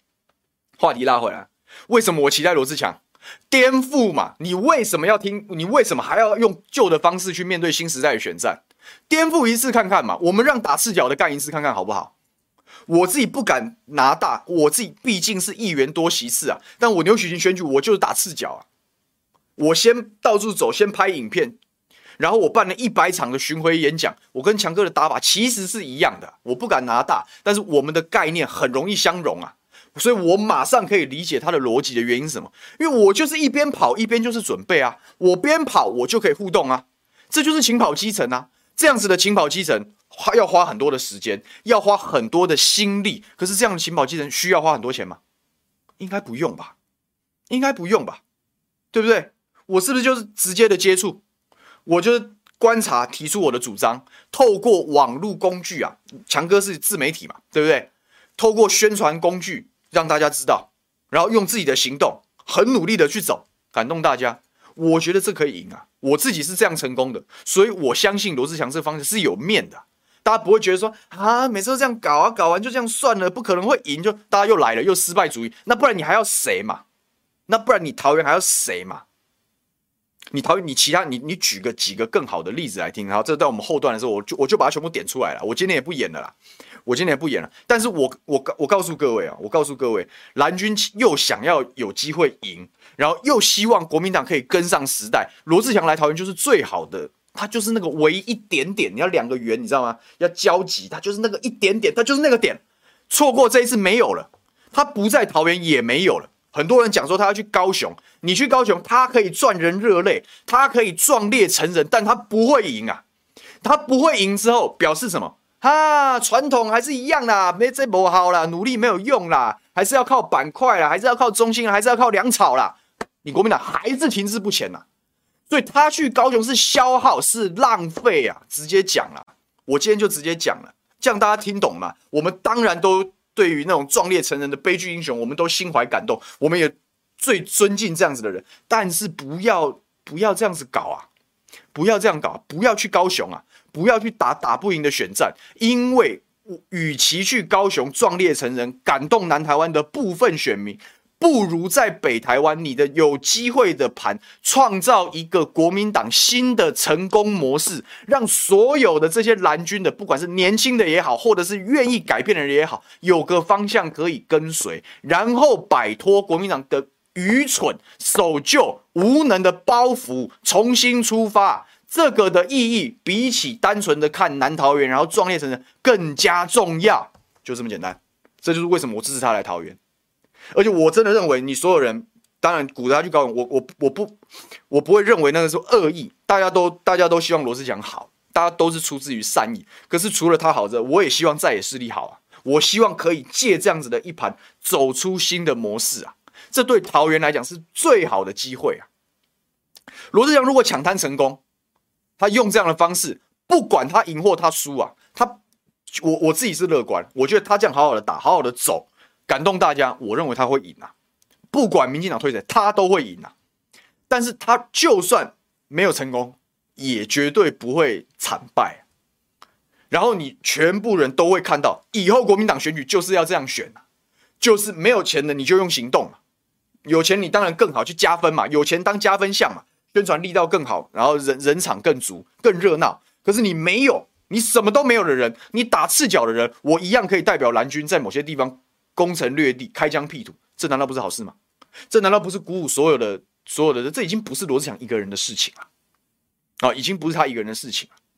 S1: 为什么我期待罗智强？颠覆嘛，你为什么要听？你为什么还要用旧的方式去面对新时代的选战？颠覆一次看看嘛，我们让打赤脚的干一次看看好不好？我自己不敢拿大，我自己毕竟是议员多席次啊，但我牛许晴选举我就是打赤脚啊，我先到处走，先拍影片，然后我办了100场的巡回演讲，我跟强哥的打法其实是一样的，我不敢拿大，但是我们的概念很容易相容啊，所以我马上可以理解他的逻辑的原因是什么，因为我就是一边跑一边就是准备啊，我边跑我就可以互动啊，这就是勤跑基层啊。这样子的勤跑基层要花很多的时间，要花很多的心力，可是这样的勤跑基层需要花很多钱吗？应该不用吧，对不对？我是不是就是直接的接触？我就是观察，提出我的主张，透过网络工具啊，强哥是自媒体嘛，对不对？透过宣传工具让大家知道，然后用自己的行动很努力的去走，感动大家。我觉得这可以赢啊，我自己是这样成功的，所以我相信罗智强这方式是有面的，大家不会觉得说啊，每次都这样搞啊，搞完就这样算了，不可能会赢，就大家又来了，又失败主义，那不然你还要谁嘛？那不然你桃园还要谁嘛？你桃园你其他你举个几个更好的例子来听，然后这在我们后段的时候，我就把它全部点出来了，我今天也不演了啦。但是我告诉各位啊，蓝军又想要有机会赢，然后又希望国民党可以跟上时代，罗智强来桃园就是最好的，他就是那个唯一一点点，你要2个圆，你知道吗？要交集，他就是那个一点点，他就是那个点，错过这一次没有了，他不在桃园也没有了。很多人讲说他要去高雄，你去高雄，他可以赚人热泪，他可以壮烈成人，但他不会赢啊！他不会赢之后表示什么？传统还是一样啦，没这不好啦，努力没有用啦，还是要靠板块啦，还是要靠中心啦，还是要靠粮草啦。你国民党还是停滞不前啦，所以他去高雄是消耗，是浪费啊！直接讲啦，我今天就直接讲了，这样大家听懂嘛？我们当然都对于那种壮烈成人的悲剧英雄，我们都心怀感动，我们也最尊敬这样子的人，但是不要这样子搞啊！不要这样搞，不要去高雄啊！不要去打不赢的选战，因为与其去高雄壮烈成人，感动南台湾的部分选民，不如在北台湾你的有机会的盘，创造一个国民党新的成功模式，让所有的这些蓝军的，不管是年轻的也好，或者是愿意改变的人也好，有个方向可以跟随，然后摆脱国民党的愚蠢、守旧、无能的包袱，重新出发。这个的意义比起单纯的看南桃园，然后壮烈成人更加重要，就这么简单。这就是为什么我支持他来桃园。而且我真的认为，你所有人，当然鼓励他去高雄，我不会认为那个是恶意，大家都希望罗智强好，大家都是出自于善意。可是除了他好之外，我也希望在野势力好啊，我希望可以借这样子的一盘走出新的模式啊，这对桃园来讲是最好的机会啊。罗智强如果抢滩成功，他用这样的方式，不管他赢或他输啊，我自己是乐观，我觉得他这样好好的打，好好的走，感动大家，我认为他会赢啊。不管民进党推谁，他都会赢啊。但是他就算没有成功，也绝对不会惨败。然后你全部人都会看到，以后国民党选举就是要这样选啊，就是没有钱的你就用行动嘛，有钱你当然更好去加分嘛，有钱当加分项嘛。宣传力道更好，然后人场更足，更热闹。可是你没有，你什么都没有的人，你打赤脚的人，我一样可以代表蓝军在某些地方攻城略地、开疆辟土，这难道不是好事吗？这难道不是鼓舞所有的人？这已经不是罗智强一个人的事情了，已经不是他一个人的事情了。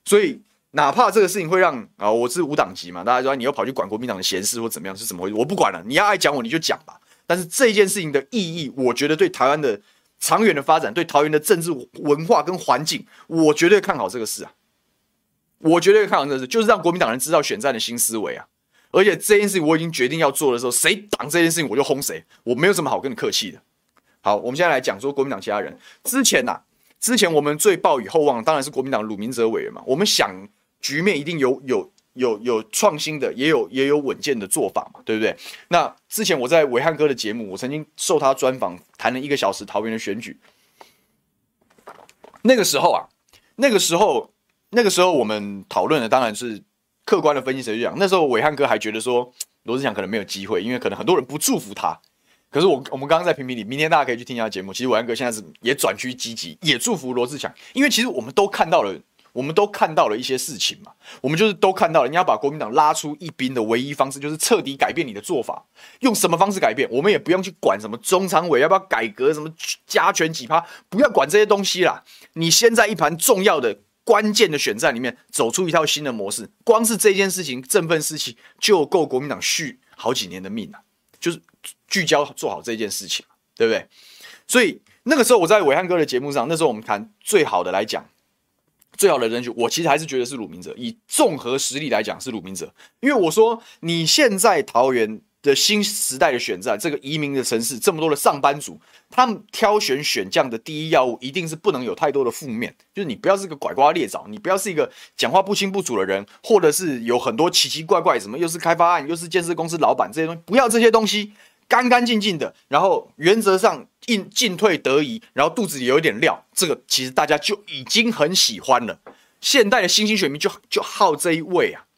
S1: 所以哪怕这个事情会让我是无党籍嘛，大家说你又跑去管国民党的闲事或怎么样是怎么回事，我不管了，你要爱讲我你就讲吧。但是这件事情的意义，我觉得对台湾的长远的发展，对桃园的政治文化跟环境，我绝对看好这个事啊！我绝对看好这个事，就是让国民党人知道选战的新思维啊！而且这件事情我已经决定要做的时候，谁挡这件事情我就轰谁，我没有什么好跟你客气的。好，我们现在来讲说国民党其他人。之前我们最抱以厚望，当然是国民党鲁明哲委员嘛。我们想局面一定有创新的，也有稳健的做法嘛，对不对？那之前我在伟汉哥的节目，我曾经受他专访，谈了1个小时桃园的选举。那个时候我们讨论的当然是客观的分析，谁就讲那时候伟汉哥还觉得说罗志祥可能没有机会，因为可能很多人不祝福他。可是我们刚刚在评评理，明天大家可以去听一下节目。其实伟汉哥现在也转趋积极，也祝福罗志祥，因为其实我们都看到了一些事情嘛，我们就是都看到了，你要把国民党拉出一兵的唯一方式就是彻底改变你的做法。用什么方式改变？我们也不用去管什么中常委要不要改革，什么加权几趴，不要管这些东西啦。你先在一盘重要的关键的选战里面走出一套新的模式，光是这件事情振奋士气，就够国民党续好几年的命啊！就是聚焦做好这件事情，对不对？所以那个时候我在伟汉哥的节目上，那时候我们谈最好的来讲，最好的人选，我其实还是觉得是鲁明哲。以综合实力来讲是鲁明哲，因为我说你现在桃园的新时代的选战，这个移民的城市，这么多的上班族，他们挑选选将的第一要务，一定是不能有太多的负面，就是你不要是个拐瓜裂枣，你不要是一个讲话不清不楚的人，或者是有很多奇奇怪怪什么，又是开发案，又是建设公司老板这些东西，不要这些东西，干干净净的，然后原则上进退得宜，然后肚子里有一点料，这个其实大家就已经很喜欢了。现代的新兴选民就好这一位啊，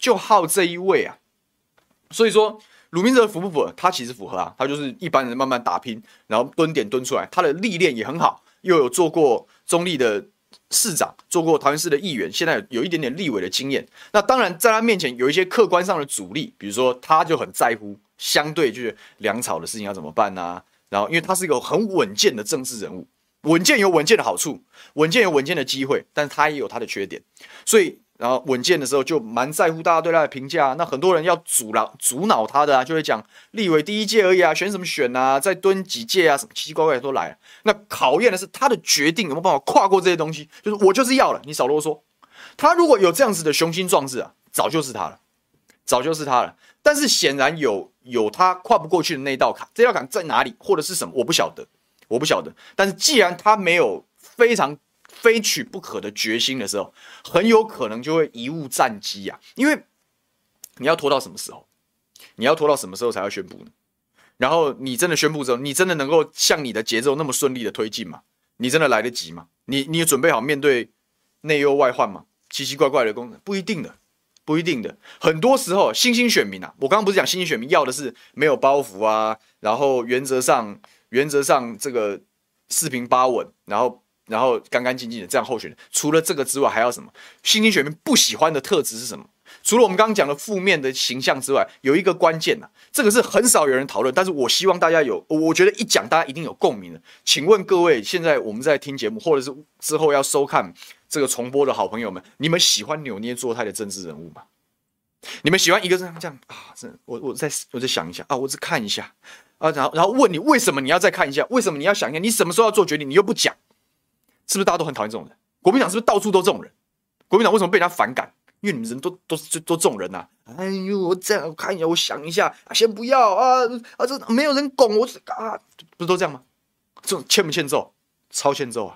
S1: 所以说鲁明哲符不符合？他其实符合啊，他就是一般人慢慢打拼，然后蹲点蹲出来，他的历练也很好，又有做过中立的市长，做过桃园市的议员，现在有一点点立委的经验。那当然在他面前有一些客观上的阻力，比如说他就很在乎相对就是粮草的事情要怎么办啊，然后因为他是一个很稳健的政治人物，稳健有稳健的好处，稳健有稳健的机会，但是他也有他的缺点，所以然后稳健的时候就蛮在乎大家对他的评价。那很多人要阻挠他的啊，就会讲立委第一届而已啊，选什么选啊，再蹲几届啊，什么奇奇怪怪的都来了。那考验的是他的决定有没有办法跨过这些东西，就是我就是要了，你少啰嗦。他如果有这样子的雄心壮志啊，早就是他了。但是显然有他跨不过去的那道坎，这道坎在哪里或者是什么，我不晓得。但是既然他没有非常非取不可的决心的时候，很有可能就会贻误战机啊！因为你要拖到什么时候？你要拖到什么时候才要宣布呢？然后你真的宣布之后，你真的能够像你的节奏那么顺利的推进吗？你真的来得及吗？你也准备好面对内忧外患吗？奇奇怪怪的功能，不一定的。很多时候，新兴选民啊，我刚刚不是讲新兴选民要的是没有包袱啊，然后原则上这个四平八稳，然后干干净净的这样候选人，除了这个之外还要什么？新兴选民不喜欢的特质是什么？除了我们刚刚讲的负面的形象之外，有一个关键啊，这个是很少有人讨论，但是我希望大家我觉得一讲大家一定有共鸣的。请问各位，现在我们在听节目，或者是之后要收看这个重播的好朋友们，你们喜欢扭捏作态的政治人物吗？你们喜欢一个这样啊？我再想一下啊，我再看一下啊，然后问你为什么你要再看一下？为什么你要想一下？你什么时候要做决定？你又不讲，是不是大家都很讨厌这种人？国民党是不是到处都这种人？国民党为什么被人家反感？因为你们人都这种人呐、啊！哎呦，我这样我看一下，我想一下，先不要啊！这没有人拱我啊，不是都这样吗？这种欠不欠揍？超欠揍啊！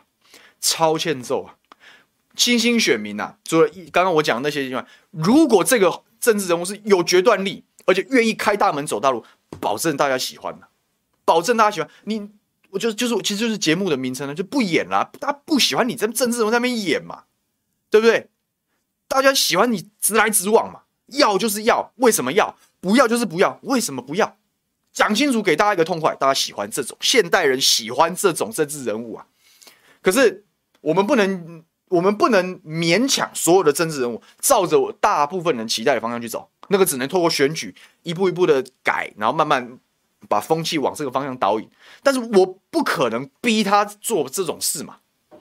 S1: 新兴选民啊，除了刚刚我讲的那些地方，如果这个政治人物是有决断力，而且愿意开大门走大路，保证大家喜欢的，我其实就是节目的名称呢，就不演啦，大家不喜欢你这政治人物在那边演嘛，对不对？大家喜欢你直来直往嘛，要就是要，为什么要？不要就是不要，为什么不要？讲清楚，给大家一个痛快，大家喜欢这种现代人喜欢这种政治人物啊。可是我们不能勉强所有的政治人物照着大部分人期待的方向去走，那个只能透过选举一步一步的改，然后慢慢把风气往这个方向导引。但是我不可能逼他做这种事嘛，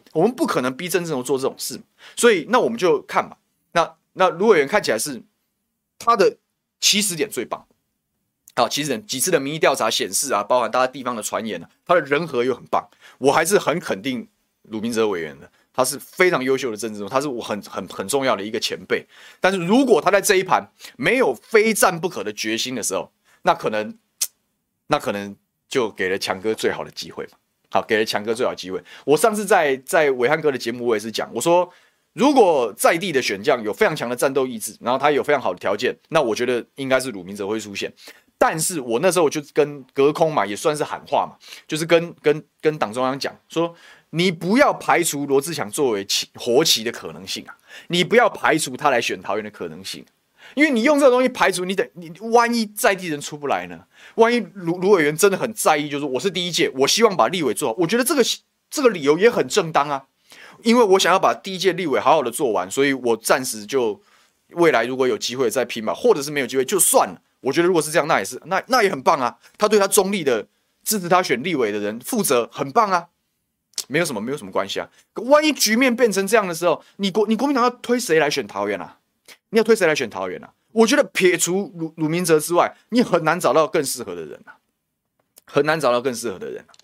S1: 我们不可能逼郑志荣做这种事，所以那我们就看嘛。那卢委员看起来是他的起始点最棒。好，其实几次的民意调查显示啊，包含大家地方的传言啊，他的人和又很棒，我还是很肯定鲁明哲委员的，他是非常优秀的政治人物，他是我很重要的一个前辈。但是如果他在这一盘没有非战不可的决心的时候，那可能就给了强哥最好的机会嘛。好，给了强哥最好的机会。我上次在伟汉哥的节目，我也是讲，我说如果在地的选将有非常强的战斗意志，然后他有非常好的条件，那我觉得应该是鲁明哲会出现。但是我那时候我就跟隔空嘛，也算是喊话嘛，就是跟党中央讲说，你不要排除罗智强作为活棋的可能性啊，你不要排除他来选桃园的可能性，因为你用这个东西排除，你万一在地人出不来呢？万一卢委员真的很在意，就是我是第一届，我希望把立委做好，我觉得这个理由也很正当啊，因为我想要把第一届立委好好的做完，所以我暂时就未来如果有机会再拼嘛，或者是没有机会就算了。我觉得如果是这样，那也很棒啊。他对他中立的支持他选立委的人负责，很棒啊，没有什么关系啊。万一局面变成这样的时候，你国民党要推谁来选桃园啊？你要推谁来选桃园啊？我觉得撇除鲁明哲之外，你很难找到更适合的人啊，很难找到更适合的人啊，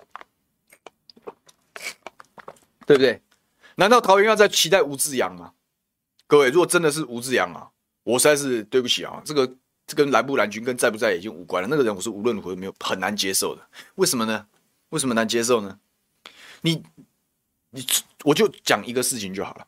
S1: 对不对？难道桃园要再期待吴志阳吗？各位，如果真的是吴志阳啊，我实在是对不起啊，这跟蓝不蓝军跟在不在已经无关了。那个人我是无论如何没有很难接受的。为什么呢？为什么难接受呢？我就讲一个事情就好了。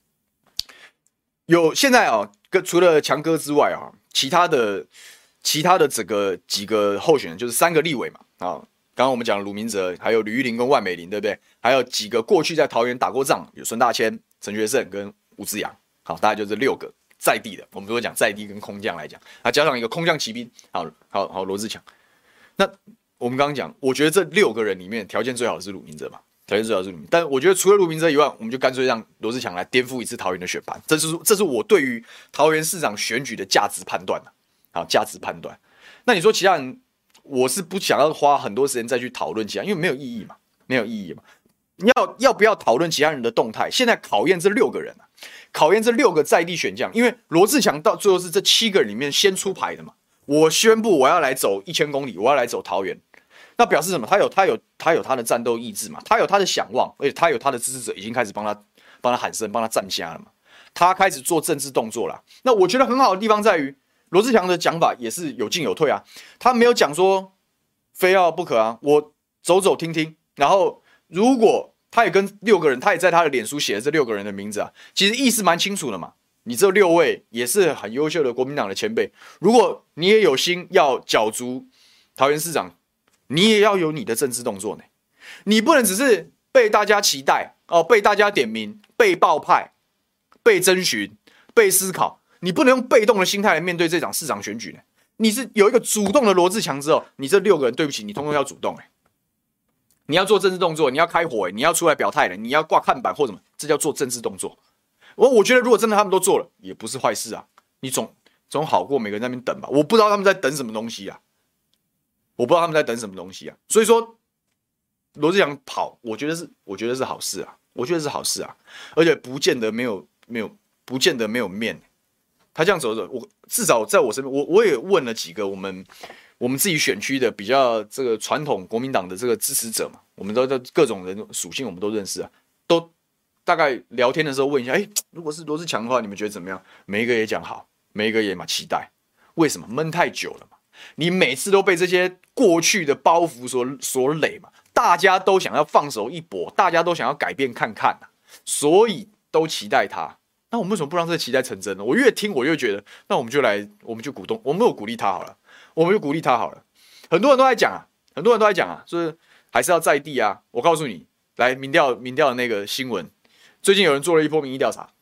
S1: 现在啊，除了强哥之外啊，其他的几个候选人就是3个立委嘛啊。刚刚我们讲鲁明哲，还有吕玉玲跟万美玲，对不对？还有几个过去在桃园打过仗，有孙大千、陈学圣跟吴志阳，好，大概就这6个。在地的，我们如果讲在地跟空降来讲，加上一个空降骑兵，好罗智强。那我们刚刚讲，我觉得这6个人里面条件最好的是鲁明哲嘛，条件最好是鲁明。但我觉得除了鲁明哲以外，我们就干脆让罗智强来颠覆一次桃园的选盘，这是我对于桃园市长选举的价值判断。好，价值判断。那你说其他人，我是不想要花很多时间再去讨论其他，因为没有意义嘛，没有意义嘛。要不要讨论其他人的动态？现在考验这6个人啊。考验这6个在地选将，因为罗智强到最后是这7个人里面先出牌的嘛。我宣布我要来走1000公里，我要来走桃园，那表示什么？他有他的战斗意志嘛，他有他的想望，而且他有他的支持者已经开始帮他喊声，帮他站下了嘛。他开始做政治动作了。那我觉得很好的地方在于，罗智强的讲法也是有进有退啊。他没有讲说非要不可啊，我走走听听，然后如果他也跟6个人，他也在他的脸书写了这6个人的名字啊，其实意思蛮清楚的嘛。你这6位也是很优秀的国民党的前辈，如果你也有心要角逐桃园市长，你也要有你的政治动作呢。你不能只是被大家期待哦，被大家点名，被爆派，被征询，被思考，你不能用被动的心态来面对这场市长选举呢。你是有一个主动的罗智强之后，你这6个人，对不起，你通通要主动你要做政治动作，你要开火你要出来表态你要挂看板或什么，这叫做政治动作。我觉得如果真的他们都做了，也不是坏事啊。你总好过每个人在那边等吧。我不知道他们在等什么东西啊，所以说罗智强跑，我觉得是好事啊，而且不见得没有面。他这样走，我至少在我身边，我也问了几个我们自己选区的比较这个传统国民党的这个支持者嘛，我们都各种人属性我们都认识啊，都大概聊天的时候问一下，如果是罗智强的话，你们觉得怎么样？每一个也讲好，每一个也蛮期待。为什么？闷太久了嘛，你每次都被这些过去的包袱所累嘛，大家都想要放手一搏，大家都想要改变看看所以都期待他。那我们为什么不让这个期待成真呢？我越听我越觉得，那我们就鼓动，我们有鼓励他好了。很多人都在讲啊，就是还是要在地啊。我告诉你，来民调的那个新闻，最近有人做了一波民意调查，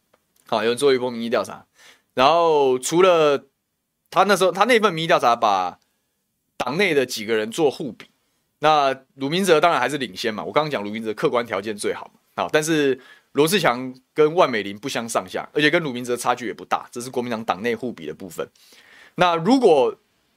S1: 然后除了他那份民意调查把党内的几个人做互比，那鲁明哲当然还是领先嘛。我刚刚讲鲁明哲客观条件最好嘛，但是罗智强跟万美玲不相上下，而且跟鲁明哲差距也不大，这是国民党党内互比的部分。那如果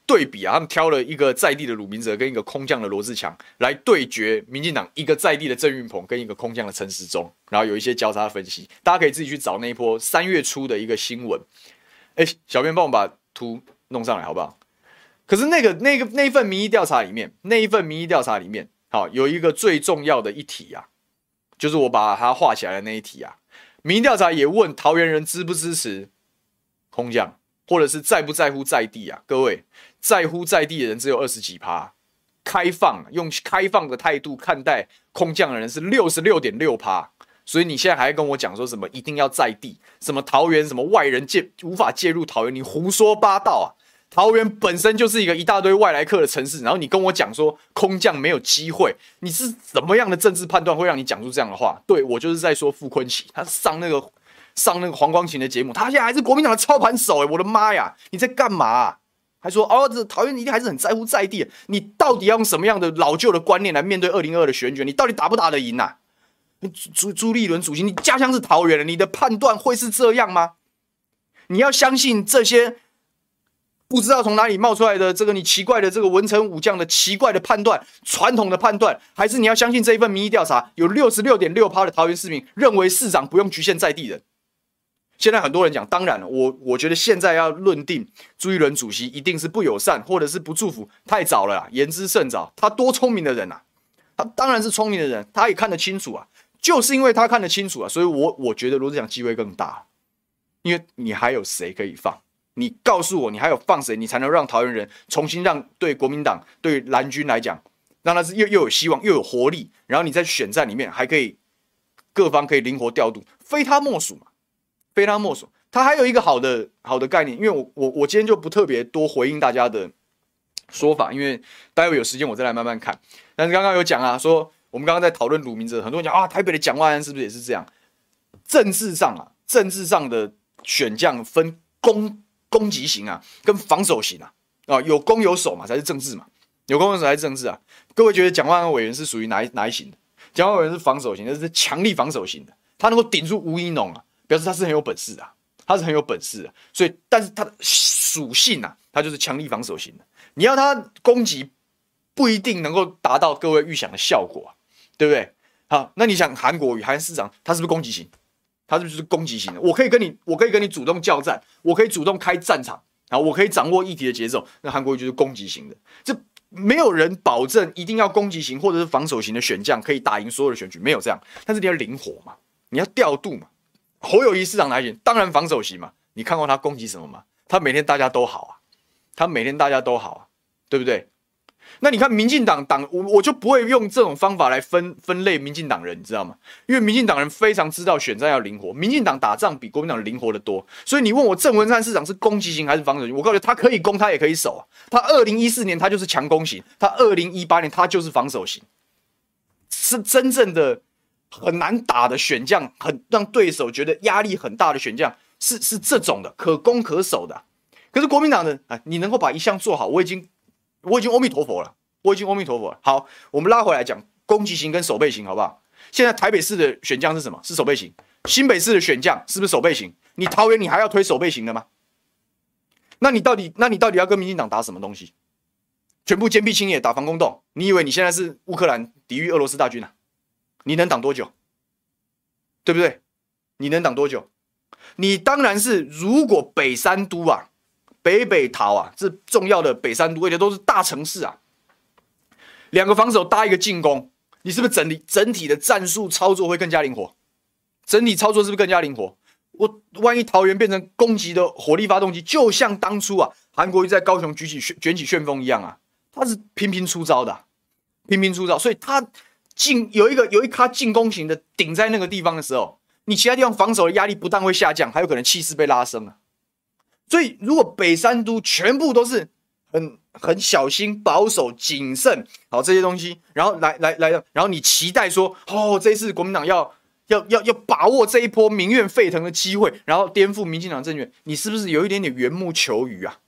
S1: 对比啊，他们挑了一个在地的鲁明哲跟一个空降的罗志强来对决民进党一个在地的郑运鹏跟一个空降的陈时中，然后有一些交叉分析，大家可以自己去找那一波3月初的一个新闻。小编帮我把图弄上来好不好？可是那份民意调查里面，好有一个最重要的一题啊，就是我把它画起来的那一题啊。民意调查也问桃园人支不支持空降，或者是在不在乎在地啊？各位，在乎在地的人只有20几%，用开放的态度看待空降的人是66.6%。所以你现在还跟我讲说什么一定要在地，什么桃园什么外人无法介入桃园，你胡说八道啊！桃园本身就是一个一大堆外来客的城市，然后你跟我讲说空降没有机会，你是怎么样的政治判断会让你讲出这样的话？对，我就是在说傅昆萁，他上那个黄光芹的节目，他现在还是国民党的操盘手我的妈呀！你在干嘛啊？还说这桃园一定还是很在乎在地，你到底要用什么样的老旧的观念来面对2022的选举？你到底打不打得赢啊？朱立伦主席，你家乡是桃园的，你的判断会是这样吗？你要相信这些不知道从哪里冒出来的这个你奇怪的这个文臣武将的奇怪的判断，传统的判断，还是你要相信这一份民意调查，有66.6%的桃园市民认为市长不用局限在地人？现在很多人讲，当然了，我觉得现在要论定朱立伦主席一定是不友善或者是不祝福，太早了啦，言之甚早。他多聪明的人啊，他当然是聪明的人，他也看得清楚啊。就是因为他看得清楚啊，所以我觉得罗志祥机会更大，因为你还有谁可以放？你告诉我，你还有放谁，你才能让桃园人重新让对国民党、对蓝军来讲，让他是又有希望又有活力，然后你在选战里面还可以各方可以灵活调度，非他莫属嘛，非他莫属。他还有一个好的概念，因为我今天就不特别多回应大家的说法，因为待会有时间我再来慢慢看。但是刚刚有讲啊，说我们刚刚在讨论鲁明哲，很多人讲啊，台北的蒋万安是不是也是这样？政治上的选将分攻击型啊，跟防守型啊，有攻有守嘛，才是政治嘛，有攻有守才是政治啊。各位觉得蒋万安委员是属于哪一型的？蒋万安委员是防守型的，是强力防守型的，他能够顶住吴怡农啊，表示他是很有本事的，所以，但是他的属性啊，他就是强力防守型的。你要他攻击，不一定能够达到各位预想的效果啊。对不对？好，那你想韩国瑜韩市长，他是不是攻击型？他是不是攻击型的？我可以跟你主动叫战，我可以主动开战场，然后我可以掌握议题的节奏。那韩国瑜就是攻击型的，这没有人保证一定要攻击型或者是防守型的选将可以打赢所有的选举，没有这样。但是你要灵活嘛，你要调度嘛。侯友宜市长哪一型？当然防守型嘛。你看过他攻击什么吗？他每天大家都好啊，对不对？那你看民进党我就不会用这种方法来分类民进党人，你知道吗？因为民进党人非常知道选战要灵活，民进党打仗比国民党灵活得多。所以你问我郑文灿市长是攻击型还是防守型，我告诉你，他可以攻，他也可以守啊。他2014年他就是强攻型，他2018年他就是防守型，是真正的很难打的选将，很让对手觉得压力很大的选将，是这种的，可攻可守的。可是国民党的你能够把一项做好，我已经阿弥陀佛了，好，我们拉回来讲攻击型跟守备型，好不好？现在台北市的选将是什么？是守备型。新北市的选将是不是守备型？你桃园你还要推守备型的吗？那你到底要跟民进党打什么东西？全部坚壁清野，打防空洞？你以为你现在是乌克兰抵御俄罗斯大军啊？你能挡多久？对不对？你能挡多久？你当然是，如果北三都啊，北桃啊，这重要的北三都，而且都是大城市啊，两个防守搭一个进攻，你是不是整体的战术操作会更加灵活？整体操作是不是更加灵活？万一桃园变成攻击的火力发动机，就像当初啊韩国瑜在高雄卷起旋风一样啊，他是频频出招的，所以他有一咖进攻型的顶在那个地方的时候，你其他地方防守的压力不但会下降，还有可能气势被拉升啊。所以如果北三都全部都是很小心、保守、谨慎，好这些东西，然后然后你期待说，这一次国民党要把握这一波民怨沸腾的机会，然后颠覆民进党政权，你是不是有一点点缘木求鱼啊？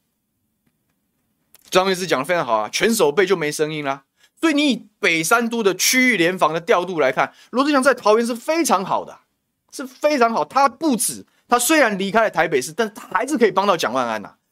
S1: 张院士讲的非常好啊，全守备就没声音啦。所以你以北三都的区域联防的调度来看，罗志祥在桃园是非常好的，是非常好。他不止，他虽然离开了台北市，但是他还是可以帮到蒋万安呐。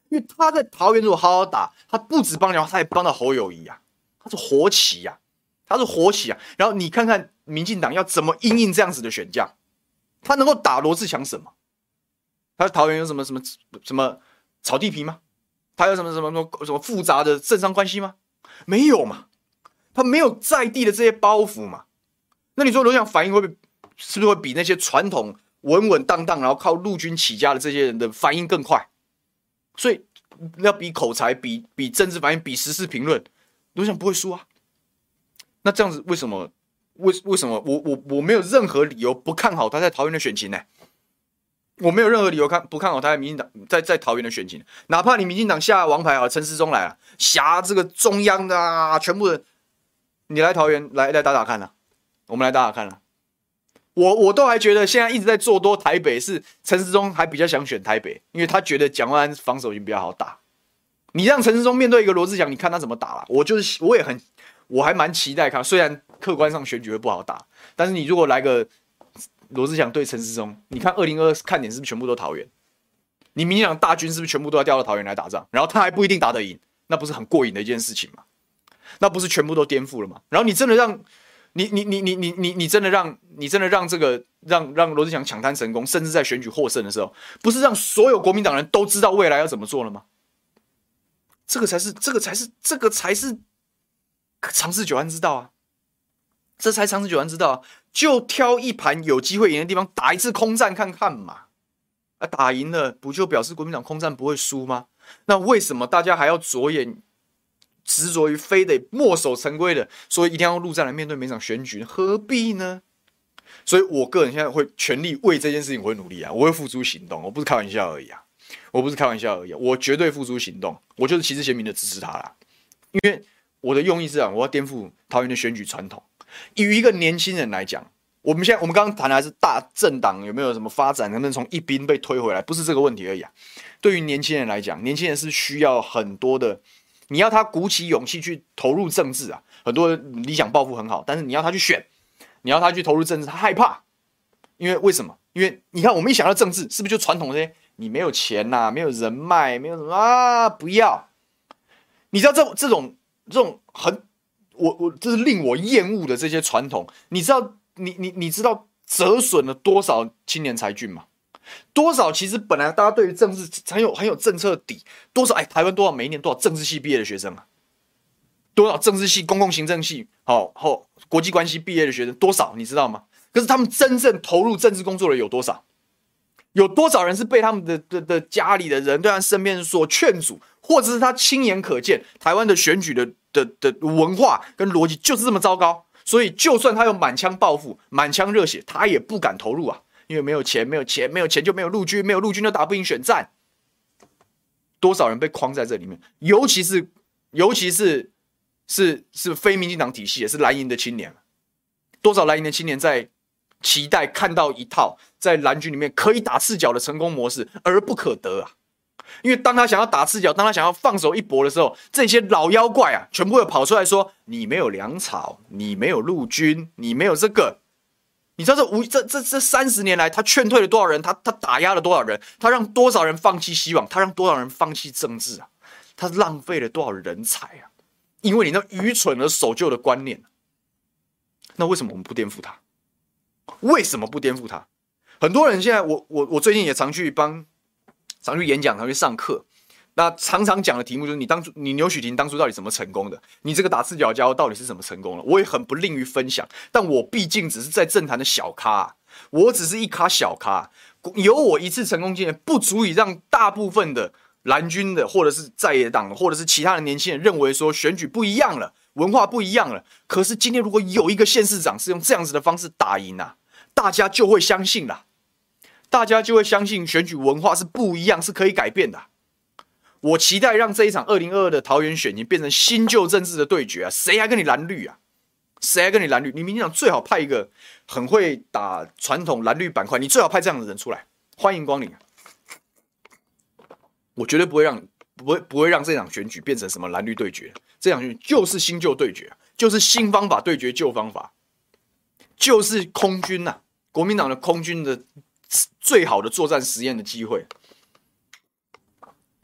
S1: 因为他在桃园如果好好打，他不止帮他也帮到侯友宜啊，他是活棋啊，然后你看看民进党要怎么因应这样子的选将，他能够打罗智强什么？他在桃园有什么炒地皮吗？他有什么复杂的政商关系吗？没有嘛，他没有在地的这些包袱嘛。那你说罗志祥反应是不是会比那些传统稳稳当当然后靠陆军起家的这些人的反应更快？所以要比口才、比政治反应、比时事评论，罗志祥不会输啊。那这样子为什么我没有任何理由不看好他在桃园的选情呢？我没有任何理由不看好他在民进党在桃园的选情，哪怕你民进党下王牌啊，陈时中来了，挟这个中央的啊，全部人，你来桃园来打打看啊，我们来打打看啊。我都还觉得现在一直在做多台北是陈时中还比较想选台北，因为他觉得蒋万安防守已经比较好打。你让陈时中面对一个罗智强，你看他怎么打啦？我还蛮期待看，虽然客观上选举会不好打，但是你如果来个罗智强对陈时中，你看2022看点是不是全部都桃园？你民进党大军是不是全部都要调到桃园来打仗？然后他还不一定打得赢，那不是很过瘾的一件事情吗？那不是全部都颠覆了吗？然后你真的让你真的让这个让罗智强抢滩成功，甚至在选举获胜的时候，不是让所有国民党人都知道未来要怎么做了吗？这个才是长治久安之道啊！这才长治久安之道啊！就挑一盘有机会赢的地方打一次空战看看嘛！啊，打赢了不就表示国民党空战不会输吗？那为什么大家还要执着于非得墨守成规的，所以一定要陆战来面对每场选举，何必呢？所以我个人现在会全力为这件事情我会努力啊，我会付诸行动，我不是开玩笑而已啊，我绝对付诸行动，我就是旗帜鲜明的支持他啦，因为我的用意是我要颠覆桃园的选举传统。以一个年轻人来讲，我们刚刚谈的还是大政党有没有什么发展，能不能从一兵被推回来，不是这个问题而已啊。对于年轻人来讲，年轻人是需要很多的。你要他鼓起勇气去投入政治啊，很多理想抱负很好，但是你要他去选，你要他去投入政治，他害怕，因为为什么？因为你看我们一想到政治，是不是就传统这些？你没有钱呐、没有人脉，没有什么啊，不要。你知道这种很这是令我厌恶的这些传统，你知道折损了多少青年才俊吗？多少其实本来大家对于政治很有政策底，多少台湾每一年多少政治系毕业的学生啊，多少政治系、公共行政系、国际关系毕业的学生多少你知道吗？可是他们真正投入政治工作的有多少？有多少人是被他们的家里的人对他身边所劝阻，或者是他亲眼可见台湾的选举的文化跟逻辑就是这么糟糕，所以就算他有满腔抱负、满腔热血，他也不敢投入啊。因为没有钱就没有陆军，没有陆军就打不赢选战。多少人被框在这里面？尤其是非民进党体系，也是蓝营的青年。多少蓝营的青年在期待看到一套在蓝军里面可以打赤脚的成功模式，而不可得啊！因为当他想要打赤脚，当他想要放手一搏的时候，这些老妖怪啊，全部会跑出来说：你没有粮草，你没有陆军，你没有这个。你知道这30年来，他劝退了多少人？他打压了多少人？他让多少人放弃希望？他让多少人放弃政治啊？他浪费了多少人才啊？因为你那愚蠢而守旧的观念。那为什么我们不颠覆他？为什么不颠覆他？很多人现在，我最近也常去演讲，常去上课。那常常讲的题目就是你牛许婷当初到底怎么成功的？你这个打赤脚家伙到底是怎么成功的？我也很不吝于分享，但我毕竟只是在政坛的小咖啊，我只是一咖小咖，有我一次成功经验，不足以让大部分的蓝军的或者是在野党或者是其他的年轻人认为说选举不一样了，文化不一样了。可是今天如果有一个县市长是用这样子的方式打赢啊，大家就会相信啦，大家就会相信选举文化是不一样，是可以改变的。我期待让这一场2022的桃园选情变成新旧政治的对决啊！谁还跟你蓝绿啊？谁还跟你蓝绿？你民进党最好派一个很会打传统蓝绿板块，你最好派这样的人出来，欢迎光临啊！我绝对不会让这场选举变成什么蓝绿对决，这场选举就是新旧对决，就是新方法对决旧方法，就是空军呐、国民党的空军的最好的作战实验的机会。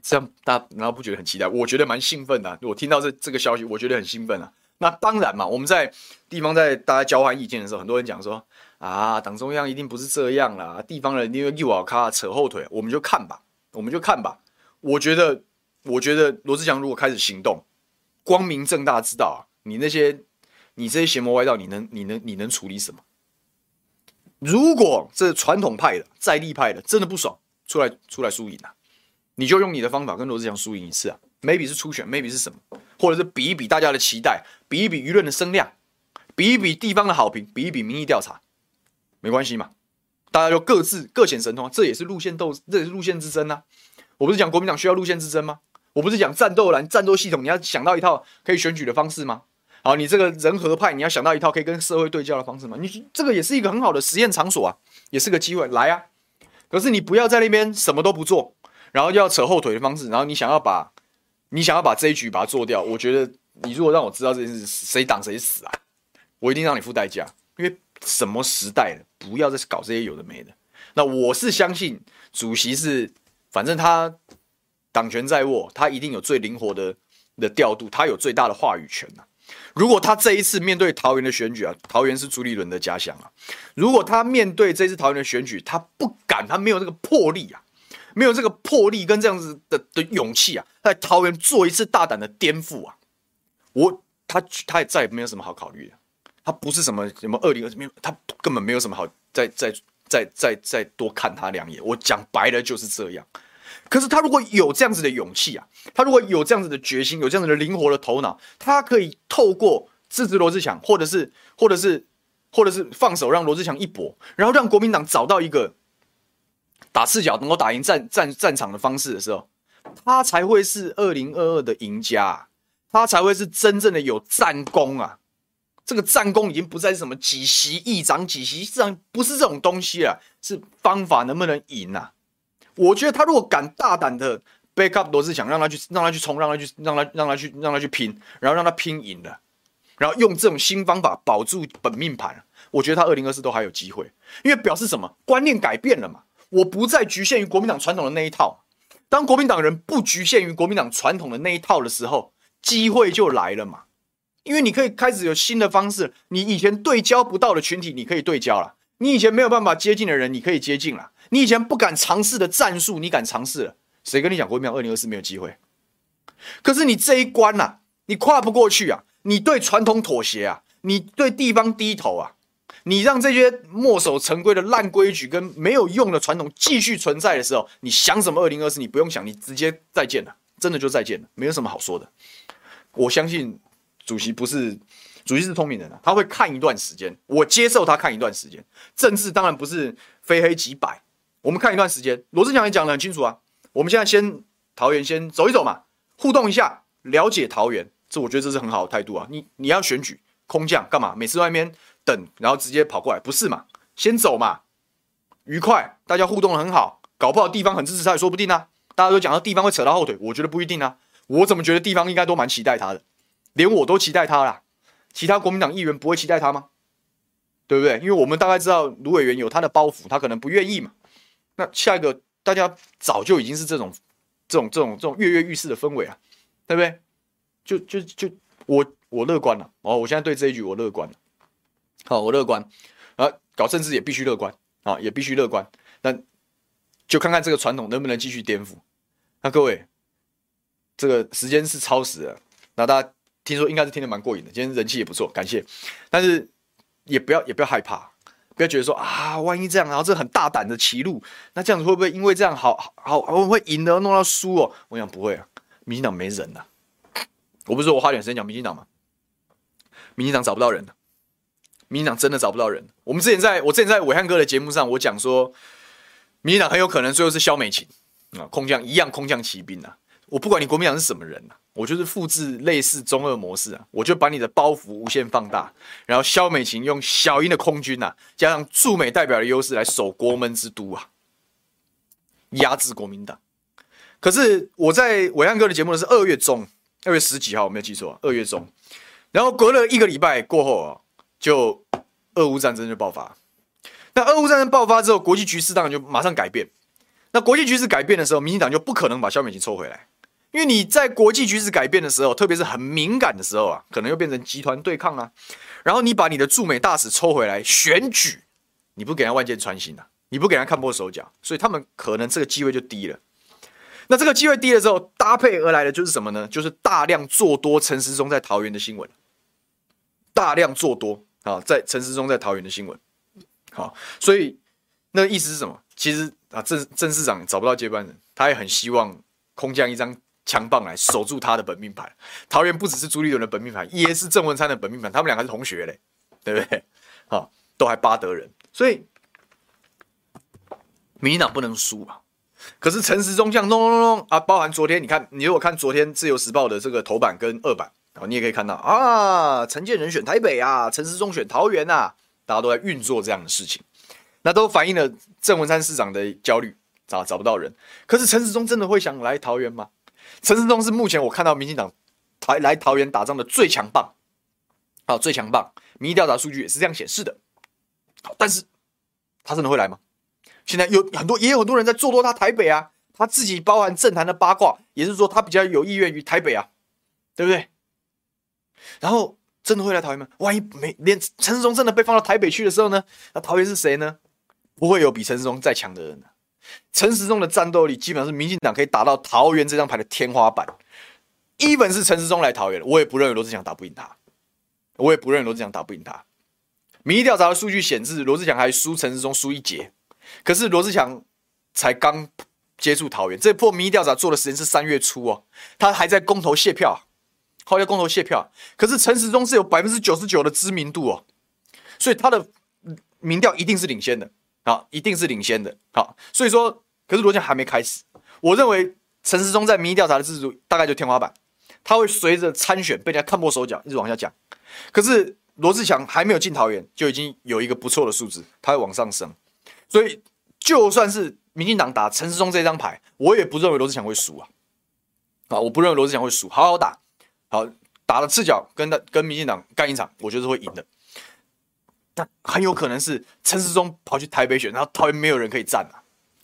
S1: 这样大家难道不觉得很期待？我觉得蛮兴奋的啊。我听到这个消息，我觉得很兴奋啊。那当然嘛，我们在地方在大家交换意见的时候，很多人讲说啊，党中央一定不是这样啦，地方人一定会右脑卡扯后腿，我们就看吧。我觉得罗志祥如果开始行动，光明正大知道啊，你这些邪魔歪道，你能处理什么？如果这传统派的在地派的真的不爽，出来输赢啊，你就用你的方法跟罗志祥输赢一次啊 ，maybe 是初选 ，maybe 是什么，或者是比一比大家的期待，比一比舆论的声量，比一比地方的好评，比一比民意调查，没关系嘛，大家就各显神通，这也是路线之争啊。我不是讲国民党需要路线之争吗？我不是讲战斗系统，你要想到一套可以选举的方式吗？好，你这个人和派，你要想到一套可以跟社会对焦的方式吗？你这个也是一个很好的实验场所啊，也是个机会，来啊！可是你不要在那边什么都不做，然后要扯后腿的方式，然后你想要把这一局把它做掉，我觉得你如果让我知道这件事，谁挡谁死啊，我一定让你付代价，因为什么时代了，不要再搞这些有的没的。那我是相信主席是，反正他党权在握，他一定有最灵活的调度，他有最大的话语权啊。如果他这一次面对桃园的选举啊，桃园是朱立伦的家乡啊，如果他面对这次桃园的选举，他不敢，他没有这个魄力啊，没有这个魄力跟这样子的勇气啊，在桃园做一次大胆的颠覆啊，他也再也没有什么好考虑的，他不是什么2020，他根本没有什么好再多看他两眼，我讲白了就是这样。可是他如果有这样子的勇气啊，他如果有这样子的决心，有这样子的灵活的头脑，他可以透过支持罗志祥，或者是放手让罗志祥一搏，然后让国民党找到一个打赤脚能够打赢战场的方式的时候，他才会是2022的赢家啊，他才会是真正的有战功啊。这个战功已经不再是什么几席议长、几席市长，不是这种东西了，是方法能不能赢啊？我觉得他如果敢大胆的 back up 罗志祥，让他去冲，让他去拼，然后让他拼赢了，然后用这种新方法保住本命盘，我觉得他2024都还有机会，因为表示什么？观念改变了嘛，我不再局限于国民党传统的那一套。当国民党人不局限于国民党传统的那一套的时候，机会就来了嘛。因为你可以开始有新的方式，你以前对焦不到的群体，你可以对焦了；你以前没有办法接近的人，你可以接近了；你以前不敢尝试的战术，你敢尝试了。谁跟你讲国民党2024没有机会？可是你这一关啊，你跨不过去啊，你对传统妥协啊，你对地方低头啊，你让这些墨守成规的烂规矩跟没有用的传统继续存在的时候，你想什么2024？你不用想，你直接再见了，真的就再见了，没有什么好说的。我相信。主席是聪明人啊，他会看一段时间，我接受他看一段时间。政治当然不是非黑即白，我们看一段时间。罗志祥也讲得很清楚啊，我们现在先桃园先走一走嘛，互动一下，了解桃园，这我觉得这是很好的态度啊。你要选举空降干嘛？每次在那边等，然后直接跑过来，不是嘛？先走嘛，愉快，大家互动得很好，搞不好地方很支持他也说不定啊。大家都讲到地方会扯到后腿，我觉得不一定啊。我怎么觉得地方应该都蛮期待他的？连我都期待他啦，其他国民党议员不会期待他吗？对不对？因为我们大概知道卢委员有他的包袱，他可能不愿意嘛。那下一个大家早就已经是这种跃跃欲试的氛围啊，对不对？就我乐观了哦，我现在对这一局我乐观了。好，我乐观啊，搞政治也必须乐观啊，也必须乐观。那就看看这个传统能不能继续颠覆。那各位，这个时间是超时了。那大家听说应该是听得蛮过瘾的，今天人气也不错，感谢。但是也不要害怕，不要觉得说啊，万一这样，然后这很大胆的歧路，那这样子会不会因为这样会赢的弄到输哦？我想不会啊，民进党没人啊。我不是说我花点时间讲民进党吗？民进党找不到人了，民进党真的找不到人。我之前在伟汉哥的节目上，我讲说，民进党很有可能最后是萧美琴啊，空降骑兵啊。我不管你国民党是什么人啊，我就是复制类似中二模式啊，我就把你的包袱无限放大，然后萧美琴用小英的空军啊，加上驻美代表的优势来守国门之都啊，压制国民党。可是我在伟汉哥的节目的是2月中，2月10几号，我没有记错，2月中，然后隔了1个礼拜过后啊，就俄乌战争就爆发。那俄乌战争爆发之后，国际局势当然就马上改变。 那国际局势改变的时候，民进党就不可能把萧美琴抽回来，因为你在国际局势改变的时候，特别是很敏感的时候啊，可能又变成集团对抗啊。然后你把你的驻美大使抽回来选举，你不给他万箭穿心啊，你不给他看破手脚，所以他们可能这个机会就低了。那这个机会低了之后，搭配而来的就是什么呢？就是大量做多陈时中在桃园的新闻，大量做多啊，在陈时中在桃园的新闻。好，所以那个意思是什么？其实啊，郑市长找不到接班人，他也很希望空降一张强棒来守住他的本命盘。桃园不只是朱立伦的本命盘，也是郑文灿的本命盘，他们两个是同学嘞，对不对？好，都还巴德人，所以民进党不能输啊。可是陈时中这样弄啊，包含昨天你如果看昨天自由时报的这个头版跟二版，你也可以看到啊，陈建仁选台北啊，陈时中选桃园啊，大家都在运作这样的事情，那都反映了郑文灿市长的焦虑，找不到人。可是陈时中真的会想来桃园吗？陈时中是目前我看到民进党来桃园打仗的最强棒，好，最强棒，民意调查数据也是这样显示的。好，但是他真的会来吗？现在也有很多人在做多他台北啊，他自己包含政坛的八卦，也是说他比较有意愿于台北啊，对不对？然后真的会来桃园吗？万一连陈时中真的被放到台北去的时候呢？那桃园是谁呢？不会有比陈时中再强的人啊。陈时中的战斗力基本上是民进党可以打到桃园这张牌的天花板。even 是陈时中来桃园，我也不认为罗志祥打不赢他，民意调查的数据显示，罗志祥还输陈时中输一截。可是罗志祥才刚接触桃园，这波民意调查做的时间是3月初哦，他还在公投谢票，可是陈时中是有99%的知名度哦，所以他的民调一定是领先的啊，好，所以说，可是罗志祥还没开始，我认为陈时中在民意调查的制度大概就天花板，他会随着参选被人家看破手脚，一直往下降。可是罗志祥还没有进桃园，就已经有一个不错的数字，他会往上升。所以，就算是民进党打陈时中这张牌，我也不认为罗志祥会输啊！我不认为罗志祥会输，好好打，好打了赤脚跟民进党干一场，我觉得是会赢的。但很有可能是陈时中跑去台北选，然后桃园没有人可以站啊！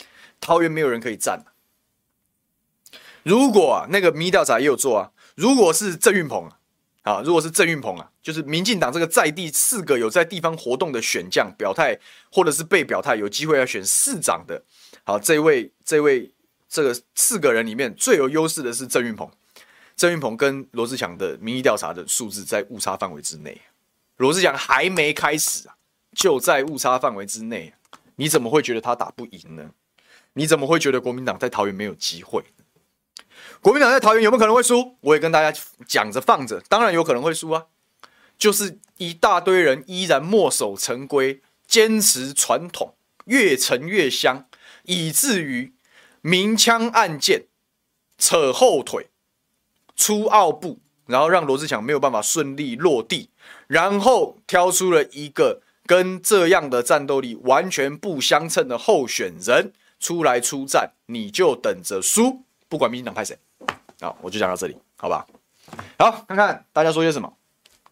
S1: 如果那个民意调查也有做啊，如果是郑运鹏就是民进党这个在地4个有在地方活动的选将表态，或者是被表态有机会要选市长的，好，这个4个人里面最有优势的是郑运鹏跟罗志祥的民意调查的数字在误差范围之内，罗志祥还没开始啊，就在误差范围之内，你怎么会觉得他打不赢呢？你怎么会觉得国民党在桃园没有机会？国民党在桃园有没有可能会输？我也跟大家讲着放着，当然有可能会输啊！就是一大堆人依然墨守成规，坚持传统，越陈越香，以至于明枪暗箭，扯后腿，出奥步，然后让罗志祥没有办法顺利落地，然后挑出了一个跟这样的战斗力完全不相称的候选人出来出战，你就等着输，不管民进党派谁。好，我就讲到这里，好吧？好，看看大家说些什么。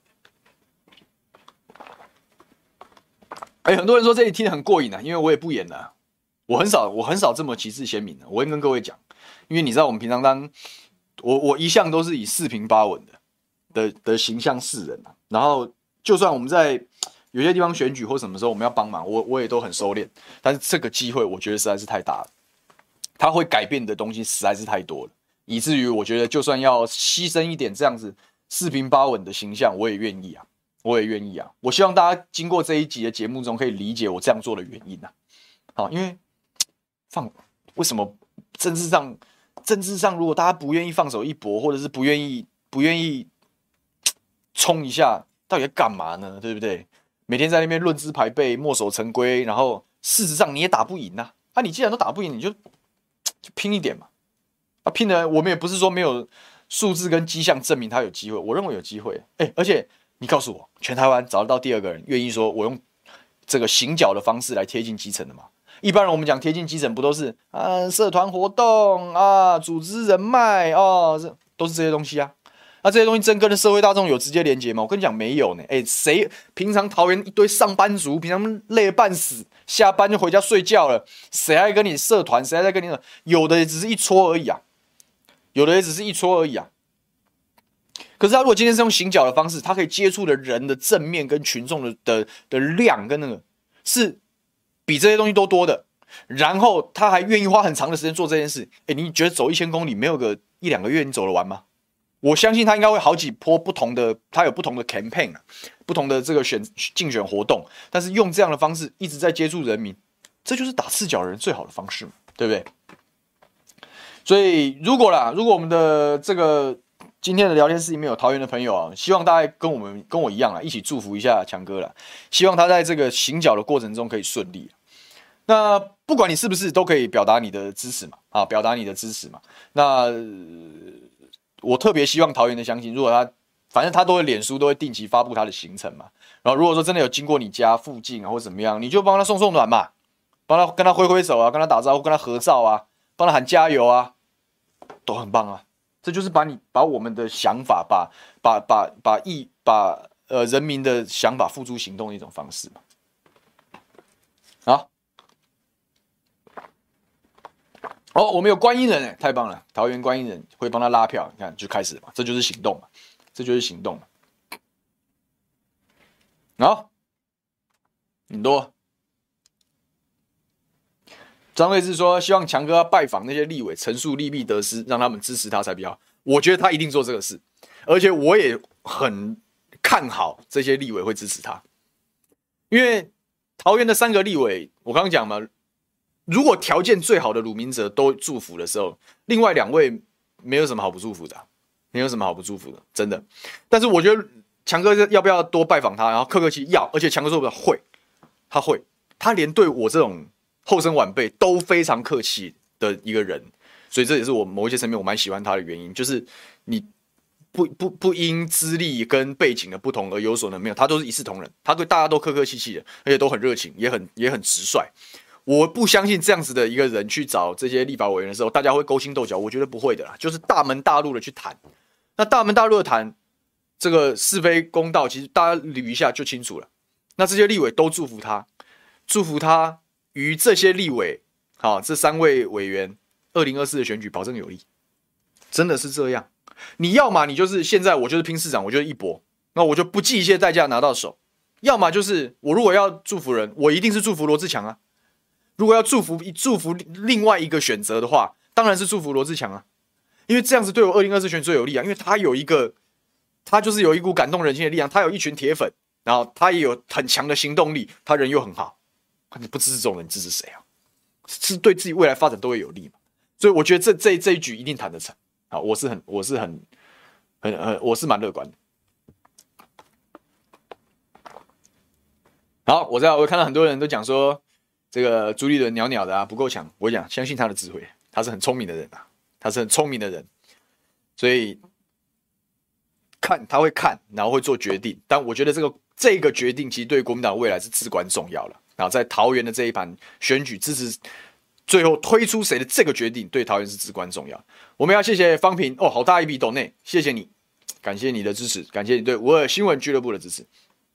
S1: 很多人说这里听得很过瘾啊，因为我也不演了，我很少这么旗帜鲜明的。我会跟各位讲，因为你知道我们平常我一向都是以4平8稳的形象示人啊。然后就算我们在有些地方选举或什么时候我们要帮忙，我也都很收敛。但是这个机会我觉得实在是太大了，它会改变的东西实在是太多了。以至于我觉得，就算要牺牲一点这样子4平8稳的形象，我也愿意啊！我希望大家经过这一集的节目中，可以理解我这样做的原因啊！好，因为为什么政治上，如果大家不愿意放手一搏，或者是不愿意冲一下，到底在干嘛呢？对不对？每天在那边论资排辈、墨守成规，然后事实上你也打不赢啊！你既然都打不赢，你就拼一点嘛！拼的我们也不是说没有数字跟迹象证明他有机会，我认为有机会。而且你告诉我，全台湾找得到第2个人愿意说我用这个行脚的方式来贴近基层的吗？一般人我们讲贴近基层，不都是社团活动啊、组织人脉哦，都是这些东西啊。 那这些东西真跟社会大众有直接连结吗？我跟你讲没有呢。谁平常桃园一堆上班族，平常累得半死，下班就回家睡觉了，谁还跟你社团？谁还在跟你？有的也只是一撮而已啊，可是他如果今天是用行脚的方式，他可以接触的人的正面跟群众的量跟那个是比这些东西都多的。然后他还愿意花很长的时间做这件事。你觉得走1000公里没有个1-2个月你走得完吗？我相信他应该会好几波不同的，他有不同的 campaign 啊，不同的这个竞选活动，但是用这样的方式一直在接触人民，这就是打赤脚的人最好的方式嘛，对不对？所以如果我们的这个今天的聊天室里面有桃园的朋友啊，希望大家跟我一样啊，一起祝福一下强哥啦，希望他在这个行脚的过程中可以顺利。那不管你是不是都可以表达你的支持嘛，那我特别希望桃园的乡亲，如果反正他都会脸书都会定期发布他的行程嘛，然后如果说真的有经过你家附近啊或怎么样，你就帮他送暖嘛，帮他跟他挥手啊，跟他打招呼，跟他合照啊，帮他喊加油啊，都很棒啊。这就是把我们的想法，把人民的想法付诸行动的一种方式嘛。好。我们有观音人太棒了！桃园观音人会帮他拉票，你看就开始了嘛，这就是行动嘛，好，很多。张瑞智说，希望强哥要拜访那些立委，陈述利弊得失，让他们支持他才比较好。我觉得他一定做这个事，而且我也很看好这些立委会支持他，因为桃园的3个立委，我刚刚讲嘛。如果条件最好的鲁明哲都祝福的时候，另外2位没有什么好不祝福的，真的。但是我觉得强哥要不要多拜访他，然后客客气要，而且强哥说不会，他连对我这种后生晚辈都非常客气的一个人，所以这也是我某一些层面我蛮喜欢他的原因，就是你不因资历跟背景的不同而有所能没有，他都是一视同仁，他对大家都客客气气的，而且都很热情，也很直率。我不相信这样子的一个人去找这些立法委员的时候，大家会勾心斗角。我觉得不会的啦，就是大门大路的去谈。那大门大路的谈，这个是非公道，其实大家捋一下就清楚了。那这些立委都祝福他于这些立委，这3位委员2024的选举保证有利，真的是这样。你要嘛你就是现在我就是拼市长，我就是一搏，那我就不计一切代价拿到手；要么就是我如果要祝福人，我一定是祝福罗智强啊。如果要祝福另外一个选择的话，当然是祝福罗智强啊，因为这样子对我2024选最有利啊，因为他就是有一股感动人心的力量，他有一群铁粉，然后他也有很强的行动力，他人又很好，你不支持这种人，支持谁啊？是对自己未来发展都会有利嘛。所以我觉得这一局一定谈得成啊，我是蛮乐观的。好，我看到很多人都讲说。这个朱立伦袅袅的啊，不够强。我讲，相信他的智慧，他是很聪明的人啊，所以他会看，然后会做决定。但我觉得这个决定其实对国民党未来是至关重要了。然后在桃园的这一盘选举支持，最后推出谁的这个决定，对桃园是至关重要。我们要谢谢方平好大一笔斗内，谢谢你，感谢你的支持，感谢你对吾尔新闻俱乐部的支持。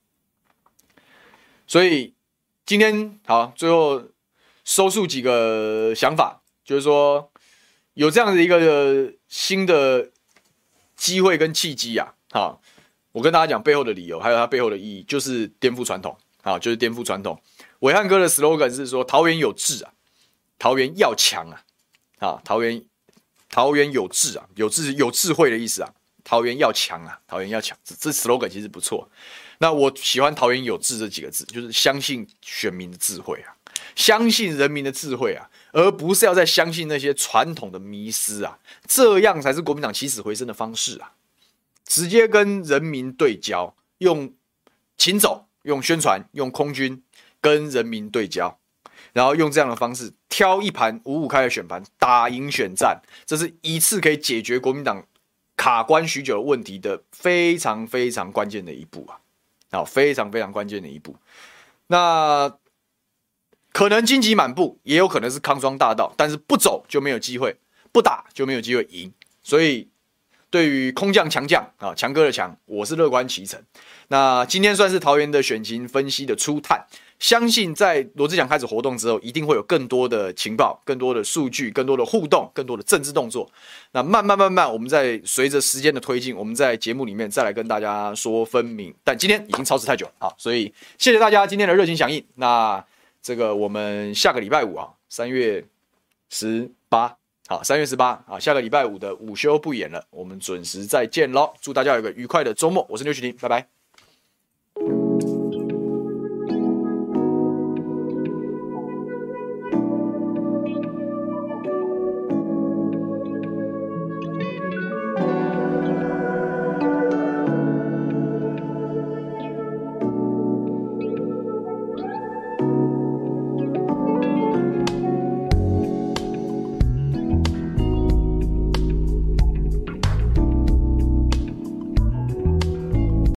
S1: 所以。今天好，最后收束几个想法，就是说有这样的一个新的机会跟契机啊，我跟大家讲背后的理由，还有它背后的意义，就是颠覆传统，就是颠覆传统。伟汉哥的 slogan 是说桃园有志啊，桃园要强啊，桃园有志啊，有智慧的意思啊，桃园要强啊，桃园要强，这 slogan 其实不错。那我喜欢桃园有志这几个字，就是相信选民的智慧啊，相信人民的智慧啊，而不是要再相信那些传统的迷思啊，这样才是国民党起死回生的方式啊！直接跟人民对焦，用勤走，用宣传，用空军跟人民对焦，然后用这样的方式挑一盘5-5开的选盘，打赢选战，这是一次可以解决国民党卡关许久的问题的非常非常关键的一步啊！非常非常关键的一步。那可能荆棘满布，也有可能是康庄大道，但是不走就没有机会，不打就没有机会赢。所以对于空降强将啊，强哥的强，我是乐观其成。那今天算是桃园的选情分析的初探，相信在罗志祥开始活动之后，一定会有更多的情报、更多的数据、更多的互动、更多的政治动作。那慢慢，我们在随着时间的推进，我们在节目里面再来跟大家说分明。但今天已经超时太久了，好，所以谢谢大家今天的热情响应。那这个我们下个礼拜五啊，3月18。好，3月18啊，下个礼拜五的午休不演了，我们准时再见喽！祝大家有个愉快的周末，我是刘许婷，拜拜。